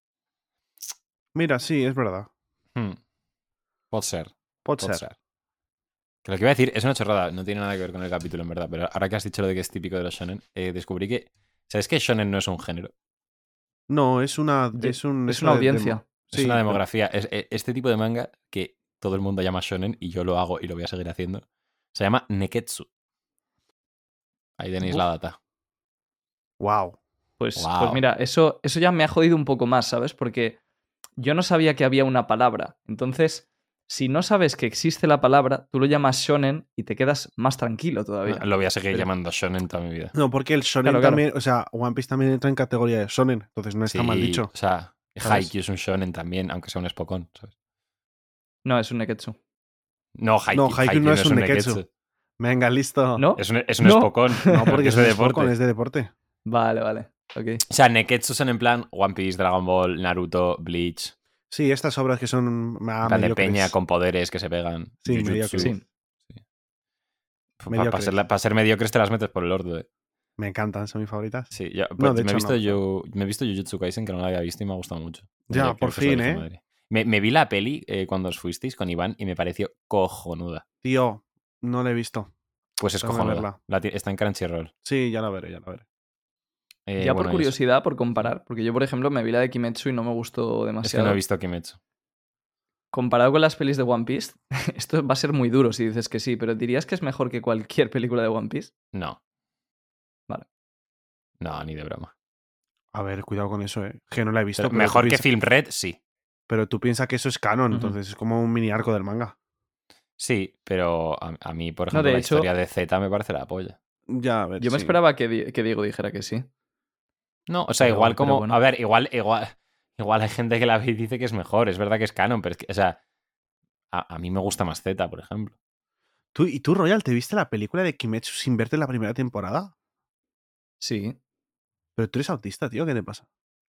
Mira, sí, es verdad. Hmm. Puede ser. Pot Puede ser. ser. Que lo que iba a decir es una chorrada, no tiene nada que ver con el capítulo en verdad, pero ahora que has dicho lo de que es típico de los shonen, eh, descubrí que... ¿Sabes que shonen no es un género? No, es una... Ye- Es, un, es una de- audiencia. demo- Es Sí, una pero- demografía. Es, eh, este tipo de manga que todo el mundo llama shonen y yo lo hago y lo voy a seguir haciendo. Se llama Neketsu. Ahí tenéis la Uf. data. Wow. Pues, Wow. pues mira, eso, eso ya me ha jodido un poco más, ¿sabes? Porque yo no sabía que había una palabra. Entonces, si no sabes que existe la palabra, tú lo llamas shonen y te quedas más tranquilo todavía. Lo voy a seguir Pero- llamando shonen toda mi vida. No, porque el shonen Claro, claro. también, o sea, One Piece también entra en categoría de shonen, entonces no está Sí, mal dicho. O sea, ¿sabes? Haikyuu es un shonen también, aunque sea un espocón, ¿sabes? No, es un neketsu. No, Haikyuu, No, Haikyuu no es un neketsu. neketsu. Venga, listo. ¿No? Es un, es un No. espocón. No, porque es es de un deporte. Spokon, es de deporte. Vale, vale. Ok. O sea, neketsu son en plan One Piece, Dragon Ball, Naruto, Bleach. Sí, estas obras que son ah, En plan de mediocres. peña con poderes que se pegan. Sí, Jujutsu. mediocres. Sí. Para Mediocres. ser, pa ser mediocres te las metes por el orto, eh. Me encantan, son mis favoritas. Sí, yo, No, pues de me, he hecho visto no, yo, me he visto Jujutsu Kaisen, que no la había visto y me ha gustado mucho. Ya, Creo por que os lo fin, dije en ¿eh? Madrid. Me, me vi la peli eh, cuando os fuisteis con Iván y me pareció cojonuda. Tío, no la he visto. Pues es Tengo que cojonuda. verla. La ti- está en Crunchyroll. Sí, ya la veré, ya la veré. Eh, ya bueno, por y eso. curiosidad, por comparar, porque yo, por ejemplo, me vi la de Kimetsu y no me gustó Es que demasiado. no he visto Kimetsu. Comparado con las pelis de One Piece, esto va a ser muy duro si dices que sí, pero ¿dirías que es mejor que cualquier película de One Piece? No. Vale. No, ni de broma. A ver, cuidado con eso, ¿eh? Que no la he visto. Pero Pero mejor tú que piensa- Film Red, sí. Pero tú piensas que eso es canon, Ujú. entonces es como un mini arco del manga. Sí, pero a, a mí, por No, ejemplo, de la hecho- historia de Z me parece la polla. Ya, a ver. Yo me sí. esperaba que, Di- que Diego dijera que sí. No, o sea, Pero- igual pero como. bueno. A ver, igual, igual, igual hay gente que la ve y dice que es mejor. Es verdad que es canon, pero es que, o sea, a, a mí me gusta más Z, por ejemplo. ¿Tú, ¿Y tú, Royal, te viste la película de Kimetsu sin verte la primera temporada? Sí. Pero tú eres autista, tío, ¿qué te pasa?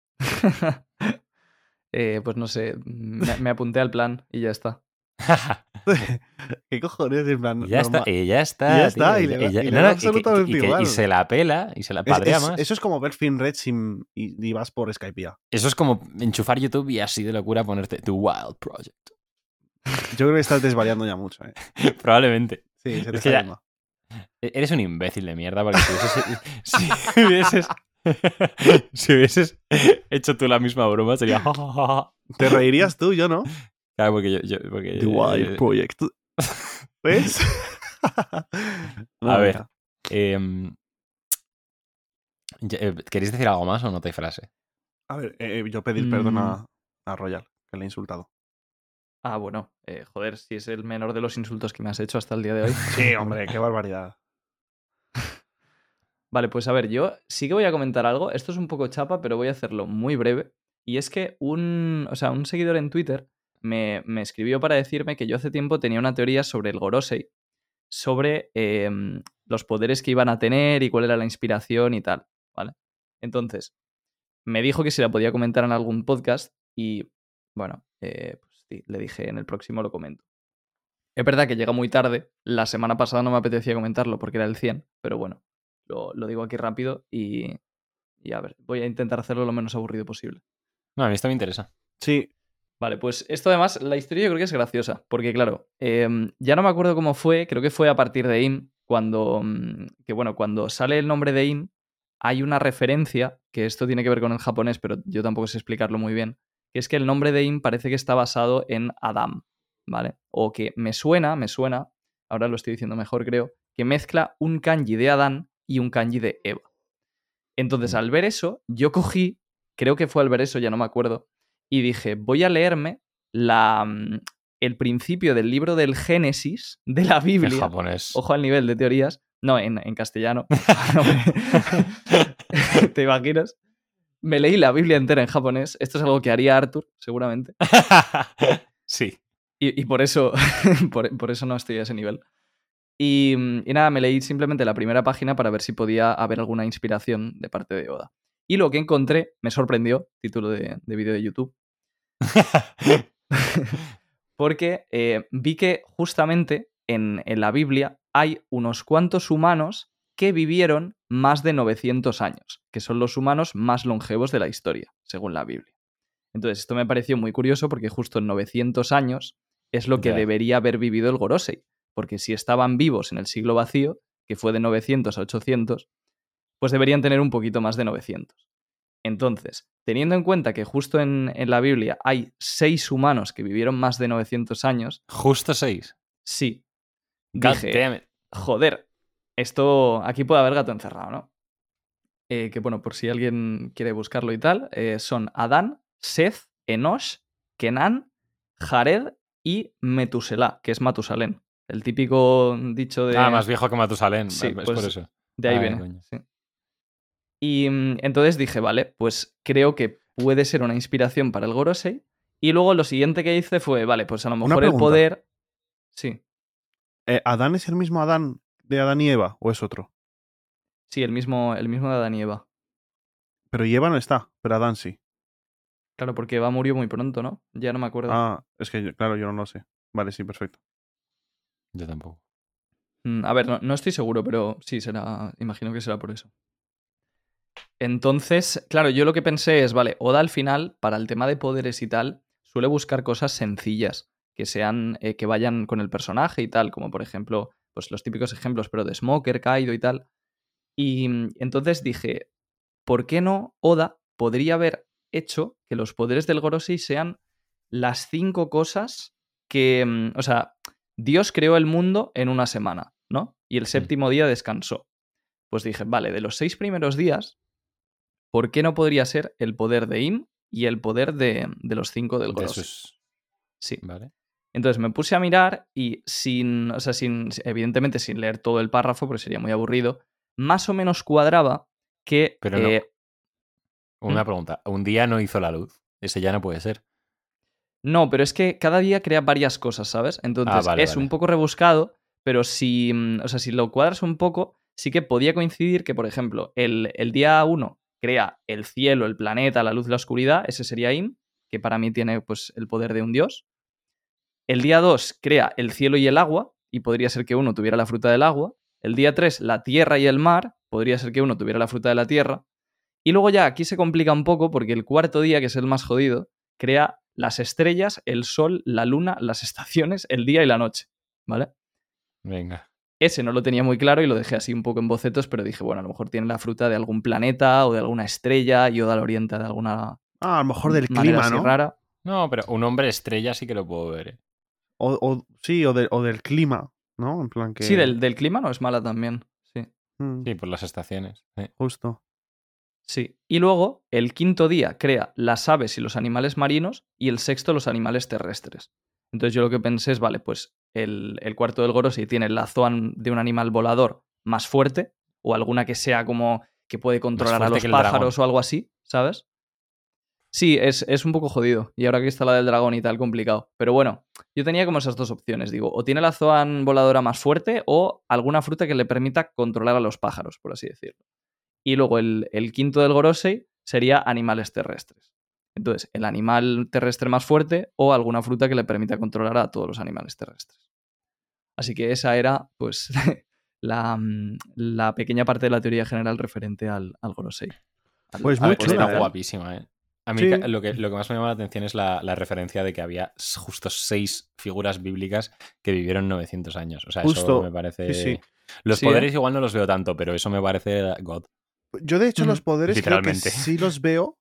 Eh, pues no sé, me, me apunté al plan y ya está. ¿Qué cojones? En plan, Y ya normal. está, y ya está. Y ya está, tío, y le da- ya- y le no, da no, y que- absolutamente y que- y igual. se la pela y se la Es- padrea es- más. eso es como ver Film Red sin, y, y vas por Skype ya. Eso es como enchufar YouTube y así de locura ponerte The Wild Project. Yo creo que estás desvariando ya mucho, ¿eh? Probablemente. Sí, se te Es que está ya- yendo. E- Eres un imbécil de mierda porque si hubieses, si hubieses, si hubieses hecho tú la misma broma sería... ja, ja, ja, ja. Te reirías tú, yo no. Claro, porque yo... yo- porque, The Wild eh, Project. ¿Ves? No, A ver. venga. em, ya- eh, ¿Queréis decir algo más o no te hay frase? A ver, eh, yo pedir perdón Mm. a, a Royal, que le he insultado. Ah, bueno, eh, joder, si es el menor de los insultos que me has hecho hasta el día de hoy. Sí, hombre, qué barbaridad. Vale, pues a ver, yo sí que voy a comentar algo. Esto es un poco chapa, pero voy a hacerlo muy breve. Y es que un, o sea, un seguidor en Twitter me, me escribió para decirme que yo hace tiempo tenía una teoría sobre el Gorosei, sobre eh, los poderes que iban a tener y cuál era la inspiración y tal, ¿vale? Entonces, me dijo que si la podía comentar en algún podcast y, bueno, eh, pues sí, le dije en el próximo lo comento. Es verdad que llega muy tarde. La semana pasada no me apetecía comentarlo porque era el cien, pero bueno, lo, lo digo aquí rápido y, y a ver, voy a intentar hacerlo lo menos aburrido posible. No, a mí esto me interesa. Sí, Vale, pues esto además, la historia yo creo que es graciosa, porque claro, eh, ya no me acuerdo cómo fue, creo que fue a partir de In, cuando, mm, que bueno, cuando sale el nombre de In, hay una referencia, que esto tiene que ver con el japonés, pero yo tampoco sé explicarlo muy bien, que es que el nombre de In parece que está basado en Adam, ¿vale? O que me suena, me suena, ahora lo estoy diciendo mejor creo, que mezcla un kanji de Adán y un kanji de Eva. Entonces, Mm. al ver eso, yo cogí, creo que fue al ver eso, ya no me acuerdo, y dije, voy a leerme la, mm, el principio del libro del Génesis de la En Biblia. japonés. Ojo al nivel de teorías. No, en, en castellano. ¿Te imaginas? Me leí la Biblia entera en japonés. Esto es algo que haría Arthur, seguramente. Sí. Y, y por eso por, por eso no estoy a ese nivel. Y, y nada, me leí simplemente la primera página para ver si podía haber alguna inspiración de parte de Oda. Y lo que encontré me sorprendió, título de, de vídeo de YouTube, porque eh, vi que justamente en, en la Biblia hay unos cuantos humanos que vivieron más de novecientos años, que son los humanos más longevos de la historia, según la Biblia. Entonces, esto me pareció muy curioso porque justo en novecientos años es lo que Ya. debería haber vivido el Gorosei, porque si estaban vivos en el siglo vacío, que fue de novecientos a ochocientos, pues deberían tener un poquito más de novecientos. Entonces, teniendo en cuenta que justo en, en la Biblia hay seis humanos que vivieron más de novecientos años, Justo seis. sí, God dije, damn it. joder, esto aquí puede haber gato encerrado, ¿no? eh, que bueno, por si alguien quiere buscarlo y tal, eh, son Adán, Seth, Enosh, Kenan, Jared y Metuselah, que es Matusalén. El típico dicho de... Ah, más viejo que Matusalén. Sí, es pues por eso. de ahí Ay, viene. coño. Sí. Y mm, entonces dije, vale, pues creo que puede ser una inspiración para el Gorosei. Y luego lo siguiente que hice fue, vale, pues a lo Una mejor el pregunta. poder... Sí, Eh, ¿Adán es el mismo Adán de Adán y Eva o es otro? sí, el mismo, el mismo de Adán y Eva. Pero y Eva no está, pero Adán sí. Claro, porque Eva murió muy pronto, ¿no? Ya no me acuerdo. Ah, es que, yo- claro, yo no lo sé. Vale, sí, perfecto. Yo tampoco. Mm, A ver, no, no estoy seguro, pero sí, será. Imagino que será por eso. Entonces, claro, yo lo que pensé es, vale, Oda al final, para el tema de poderes y tal, suele buscar cosas sencillas, que sean, eh, que vayan con el personaje y tal, como por ejemplo, pues los típicos ejemplos, pero de Smoker, Kaido y tal. Y mm, entonces dije, ¿por qué no Oda podría haber hecho que los poderes del Gorosei sean las cinco cosas que, mm, o sea, Dios creó el mundo en una semana, ¿no? Y el séptimo día descansó. Pues dije, vale, de los seis primeros días, ¿por qué no podría ser el poder de Im y el poder de, de los cinco del De Gorosei? sus... Sí. Vale. Entonces me puse a mirar y sin, o sea, sin, evidentemente sin leer todo el párrafo, porque sería muy aburrido, más o menos cuadraba que... Pero no. eh, Una ¿Mm? pregunta. Un día no hizo la luz. Ese ya no puede ser. No, pero es que cada día crea varias cosas, ¿sabes? Entonces Ah, vale, es vale. un poco rebuscado, pero si, mm, o sea, si lo cuadras un poco, sí que podía coincidir que, por ejemplo, el, el día uno crea el cielo, el planeta, la luz, la oscuridad, ese sería Im, que para mí tiene pues, el poder de un dios. El día dos crea el cielo y el agua, y podría ser que uno tuviera la fruta del agua. El día tres la tierra y el mar, podría ser que uno tuviera la fruta de la tierra. Y luego ya aquí se complica un poco porque el cuarto día, que es el más jodido, crea las estrellas, el sol, la luna, las estaciones, el día y la noche, ¿vale? Venga. Ese no lo tenía muy claro y lo dejé así un poco en bocetos, pero dije, bueno, a lo mejor tiene la fruta de algún planeta o de alguna estrella y Oda lo orienta de alguna Ah, a lo mejor del manera clima, así ¿no? rara. No, pero un hombre estrella sí que lo puedo ver. ¿eh? O, o- sí, o, de- o del clima, ¿no? En plan que... Sí, del, del clima no es mala también, sí. Mm, Sí, por las estaciones. Sí. justo. Sí. Y luego, el quinto día crea las aves y los animales marinos y el sexto los animales terrestres. Entonces yo lo que pensé es, vale, pues el, el cuarto del Gorosei tiene la zoan de un animal volador más fuerte o alguna que sea como que puede controlar a fuerte los que el dragón. pájaros o algo así, ¿sabes? Sí, es, es un poco jodido. Y ahora que está la del dragón y tal, complicado. Pero bueno, yo tenía como esas dos opciones. Digo, o tiene la zoan voladora más fuerte o alguna fruta que le permita controlar a los pájaros, por así decirlo. Y luego el, el quinto del Gorosei sería animales terrestres. Entonces, el animal terrestre más fuerte o alguna fruta que le permita controlar a todos los animales terrestres. Así que esa era, pues, la, la pequeña parte de la teoría general referente al, al Gorosei. Al, Pues A muy al ver, poder está chula, y tal. ¿eh? guapísima, ¿eh? A mí Sí. ca- lo, que, lo que más me llama la atención es la, la referencia de que había s- justo seis figuras bíblicas que vivieron novecientos años. O sea, eso Justo. me parece... Sí, sí. Los Sí, ¿eh? poderes igual no los veo tanto, pero eso me parece God. Yo de hecho Ujú. los poderes creo que Literalmente. sí los veo.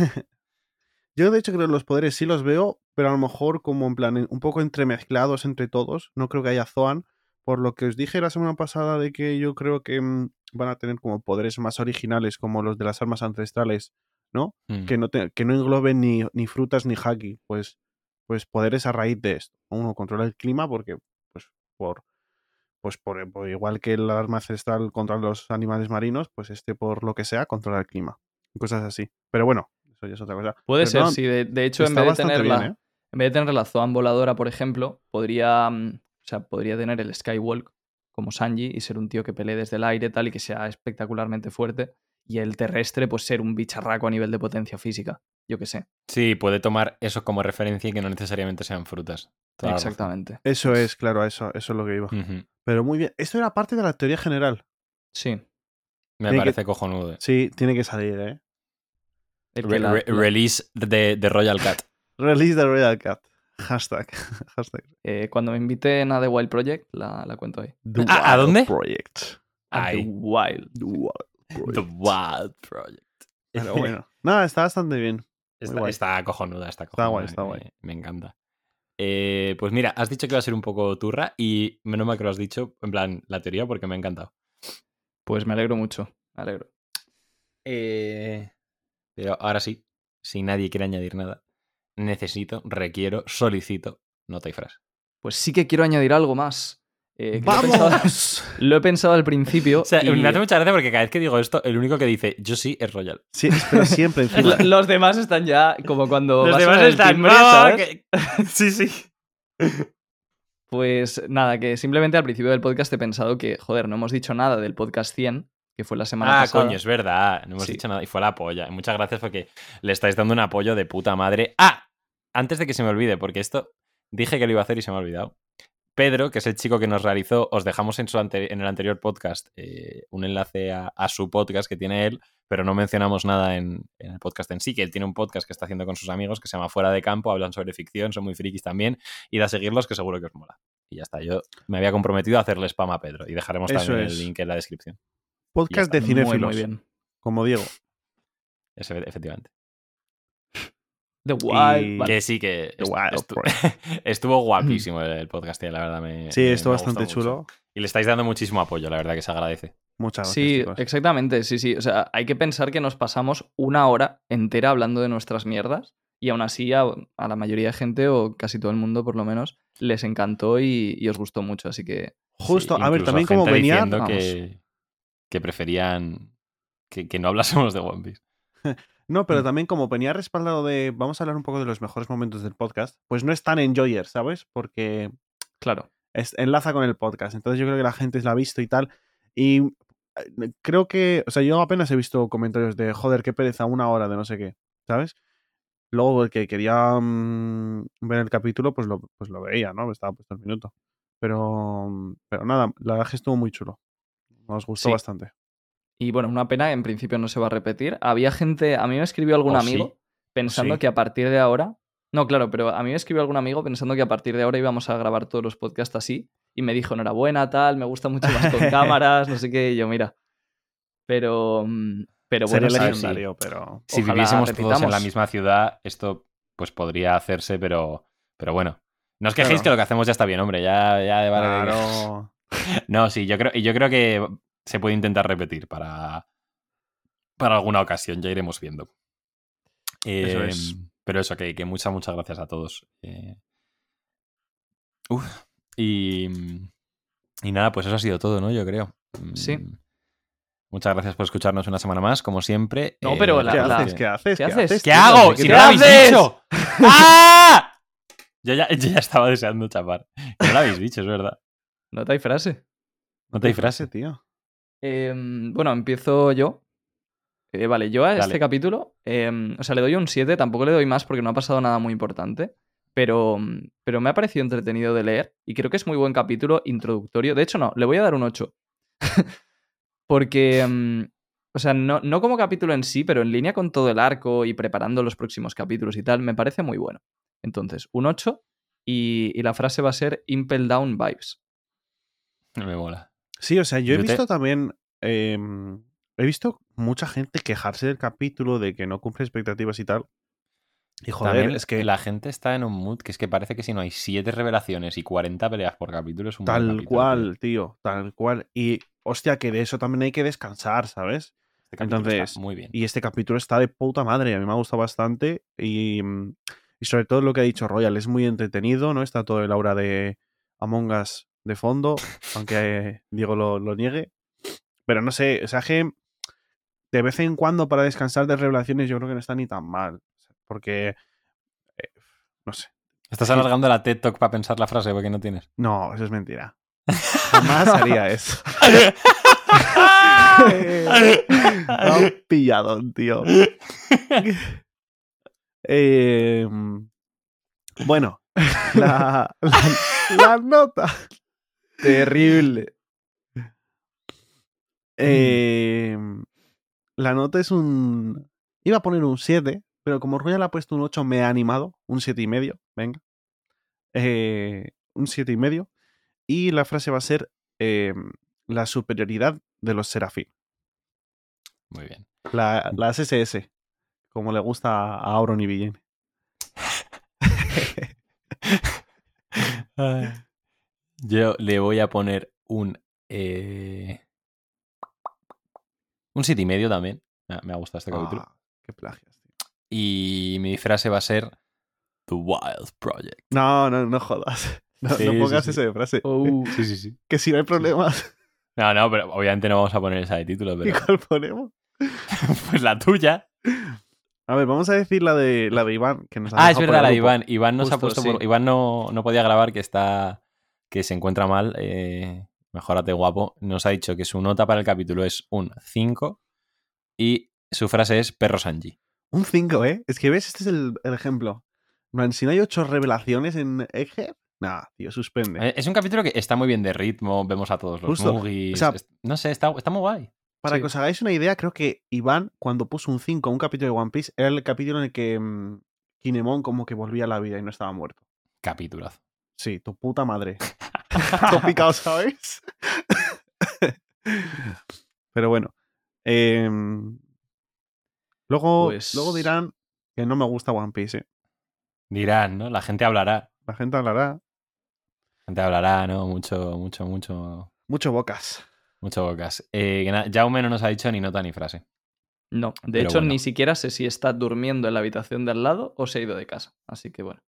Yo de hecho creo que los poderes sí los veo, pero a lo mejor como en plan un poco entremezclados entre todos. No creo que haya Zoan. Por lo que os dije la semana pasada de que yo creo que mm, van a tener como poderes más originales como los de las armas ancestrales, ¿no? Mm. Que no, te- que no engloben ni, ni frutas ni haki. Pues, pues poderes a raíz de esto. Uno controla el clima porque, pues, por, pues por, por igual que el arma ancestral contra los animales marinos, pues este por lo que sea controla el clima. Y cosas así. Pero bueno, eso ya es otra cosa. Puede Pero ser, no, sí. De, de hecho, en está vez de bastante tener bien, la, ¿eh? en vez de tener la Zoan voladora, por ejemplo, podría, mm, o sea, podría tener el Skywalk como Sanji y ser un tío que pelee desde el aire tal y que sea espectacularmente fuerte. Y el terrestre, pues ser un bicharraco a nivel de potencia física. Yo qué sé. Sí, puede tomar eso como referencia y que no necesariamente sean frutas. Toda la razón. Exactamente. Eso es, claro, a eso, eso es lo que iba. Ujú. Pero muy bien. Esto era parte de la teoría general. Sí. Me Tiene parece que- cojonudo. eh. Sí, tiene que salir, ¿eh? El Re- que la- re- la- Release de, de Royal Cat. Release the Royal Cat. Hashtag. Hashtag. eh, cuando me inviten a The Wild Project, la, la cuento ahí. The ¿A- a Wild dónde? Project. A The Ay. Wild. The Wild The Project. Wild Project. Pero bueno. Nada, está bastante bien. Muy Está, guay. está cojonuda, está Está cojonuda. guay, está me, guay. me encanta. Eh, pues mira, has dicho que iba a ser un poco turra y menos mal que lo has dicho, en plan, la teoría, porque me ha encantado. Pues me alegro mucho. Me alegro. Eh, pero ahora sí, si nadie quiere añadir nada, necesito, requiero, solicito nota y frase. Pues sí que quiero añadir algo más. Eh, que lo, he pensado, ¡Vamos! lo he pensado al principio. O sea, y... me hace mucha gracia porque cada vez que digo esto, el único que dice yo sí es Royal. Sí, pero siempre encima. Lo- Los demás están ya como cuando Los vas a demás sonar el están timbre, "No, ¿sabes? que-". Sí, sí. Pues nada, que simplemente al principio del podcast he pensado que, joder, no hemos dicho nada del podcast cien, que fue la semana Ah, pasada. coño, es verdad. No hemos Sí. dicho nada. Y fue la polla. Muchas gracias porque le estáis dando un apoyo de puta madre. Ah, antes de que se me olvide, porque esto dije que lo iba a hacer y se me ha olvidado. Pedro, que es el chico que nos realizó, os dejamos en, su ante- en el anterior podcast eh, un enlace a, a su podcast que tiene él, pero no mencionamos nada en, en el podcast en sí, que él tiene un podcast que está haciendo con sus amigos que se llama Fuera de Campo, hablan sobre ficción, son muy frikis también, y a seguirlos que seguro que os mola. Y ya está, yo me había comprometido a hacerle spam a Pedro y dejaremos Eso también es. el link en la descripción. Podcast Ya de está. Muy, cinéfilos. muy bien. Como Diego. Eso, efectivamente. The Wild. Y- Vale. Que sí, que The estu- Wild estu- Boy. estuvo guapísimo el, el podcast, tío, la verdad. Me, Sí, me- esto me gustó bastante mucho. chulo. Y le estáis dando muchísimo apoyo, la verdad que se agradece. Muchas gracias, Sí, chicos. exactamente, sí, sí. O sea, hay que pensar que nos pasamos una hora entera hablando de nuestras mierdas y aún así a, a la mayoría de gente, o casi todo el mundo por lo menos, les encantó y, y os gustó mucho, así que... Justo, Sí, a ver, incluso también como gente venía. diciendo vamos. que, que preferían que, que no hablásemos de One Piece. No, pero Mm. también como venía respaldado de. Vamos a hablar un poco de los mejores momentos del podcast. Pues no es tan enjoyer, ¿sabes? Porque Claro. es- enlaza con el podcast. Entonces yo creo que la gente la ha visto y tal. Y eh, creo que. O sea, yo apenas he visto comentarios de joder, qué pereza, una hora de no sé qué. ¿Sabes? Luego el que quería mm, ver el capítulo, pues lo, pues lo veía, ¿no? Estaba puesto el minuto. Pero. mm, Pero nada, la verdad es que estuvo muy chulo. Nos gustó Sí. bastante. Y bueno, una pena, en principio no se va a repetir. Había gente, a mí me escribió algún ¿O amigo sí? pensando sí? que a partir de ahora... No, claro, pero a mí me escribió algún amigo pensando que a partir de ahora íbamos a grabar todos los podcasts así. Y me dijo, enhorabuena, tal, me gusta mucho más con cámaras, no sé qué. Y yo, mira. Pero, mm, pero bueno, Sería sí, legendario, pero. Si Ojalá viviésemos todos en la repitamos. misma ciudad, esto pues podría hacerse, pero, pero bueno. No os quejéis Claro. que lo que hacemos ya está bien, hombre. Ya, ya vale de- Claro. No, sí, yo creo, y yo creo que se puede intentar repetir para, para alguna ocasión, ya iremos viendo. Eso Eh, es. Pero eso, que, que muchas, muchas gracias a todos. Eh, uf, y, y nada, pues eso ha sido todo, ¿no? Yo creo. Sí. Mm, Muchas gracias por escucharnos una semana más, como siempre. No, pero la- ¿Qué la- haces? ¿Qué haces? ¿Qué haces? ¿Qué tío? hago? ¿Qué ¡Si te- no lo habéis haces? dicho! ¡Ah! Yo ya, yo ya estaba deseando chapar. No lo habéis dicho, es verdad. Nota y frase. No te hay frase. tío. Em, bueno, empiezo yo. Eh, vale, yo a Dale. este capítulo, em, o sea, le doy un siete, tampoco le doy más porque no ha pasado nada muy importante, pero, pero me ha parecido entretenido de leer y creo que es muy buen capítulo introductorio. De hecho, no, le voy a dar un ocho. Porque, em, o sea, no, no como capítulo en sí, pero en línea con todo el arco y preparando los próximos capítulos y tal, me parece muy bueno. Entonces, un ocho y, y la frase va a ser Impel Down Vibes. Me mola. Sí, o sea, yo he Yo te- visto también. eh, he visto mucha gente quejarse del capítulo, de que no cumple expectativas y tal. Y joder, También es que la gente está en un mood que es que parece que si no hay siete revelaciones y cuarenta peleas por capítulo es un buen tal capítulo, cual, tío, tal cual. Y hostia, que de eso también hay que descansar, ¿sabes? tío. Este capítulo Entonces, está muy bien. y este capítulo está de puta madre, a mí me ha gustado bastante. Y, mm, y sobre todo lo que ha dicho Royal, es muy entretenido, ¿no? Está todo el aura de Among Us de fondo, aunque eh, Diego lo, lo niegue. Pero no sé, o sea que de vez en cuando para descansar de revelaciones yo creo que no está ni tan mal. Porque, eh, no sé. Estás es que- alargando la TED Talk para pensar la frase porque no tienes. No, eso es mentira. Jamás haría eso. Me han pillado, tío. Eh, bueno, la, la, la nota. Terrible. Eh, la nota es un... Iba a poner un siete, pero como Royal ha puesto un ocho, me ha animado. Un siete y medio, venga. Eh, un siete y medio. Y la frase va a ser eh, la superioridad de los serafín. Muy bien. La, las S S, como le gusta a Auron y Villene. Ay. Yo le voy a poner un. Eh... Un siete y medio también. Me ha, me ha gustado este capítulo. Ah, qué plagias, tío. Y mi frase va a ser The Wild Project. No, no, no jodas. No, Sí, no sí, pongas sí. esa de frase. Oh. Sí, sí, sí. Que si no hay problemas, No, no, pero obviamente no vamos a poner esa de título, ¿y pero cuál ponemos? pues la tuya. A ver, vamos a decir la de la de Iván, que nos ha Ah, es dejado por verdad, el la de grupo. Iván. Iván nos ha Justo, puesto sí. por... Iván no, no podía grabar, que está... que se encuentra mal. Eh... Mejórate, guapo. Nos ha dicho que su nota para el capítulo es un cinco y su frase es perro Sanji. Un cinco, ¿eh? Es que ves, este es el, el ejemplo. Man, si no hay ocho revelaciones en Egghead, nada, tío, suspende. Eh, Es un capítulo que está muy bien de ritmo, vemos a todos los Justo. Mugis. O sea, es- no sé, está, está muy guay. Para sí. que os hagáis una idea, creo que Iván, cuando puso un cinco a un capítulo de One Piece, era el capítulo en el que mmm, Kinemon como que volvía a la vida y no estaba muerto. Capitulazo. Sí, tu puta madre. Todo picado, ¿sabes? Pero bueno. eh, luego, Pues- luego dirán que no me gusta One Piece. ¿eh? Dirán, ¿no? La gente hablará. La gente hablará. La gente hablará, ¿no? Mucho, mucho, mucho... Mucho bocas. Mucho bocas. Eh, que na- Jaume no nos ha dicho ni nota ni frase. No, de Pero hecho bueno. ni siquiera sé si está durmiendo en la habitación de al lado o se ha ido de casa. Así que bueno.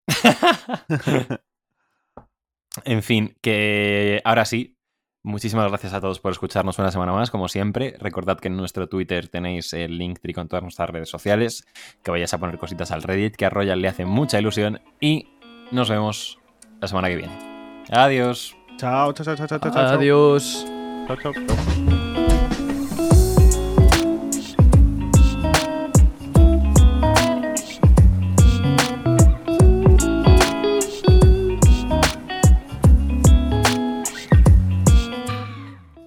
En fin, que ahora sí, muchísimas gracias a todos por escucharnos una semana más, como siempre. Recordad que en nuestro Twitter tenéis el link tri con todas nuestras redes sociales, que vayáis a poner cositas al Reddit, que a Royal le hace mucha ilusión, y nos vemos la semana que viene. Adiós. Chao, chao, chao, chao, chao, chao. Adiós. Chao, chao, chao.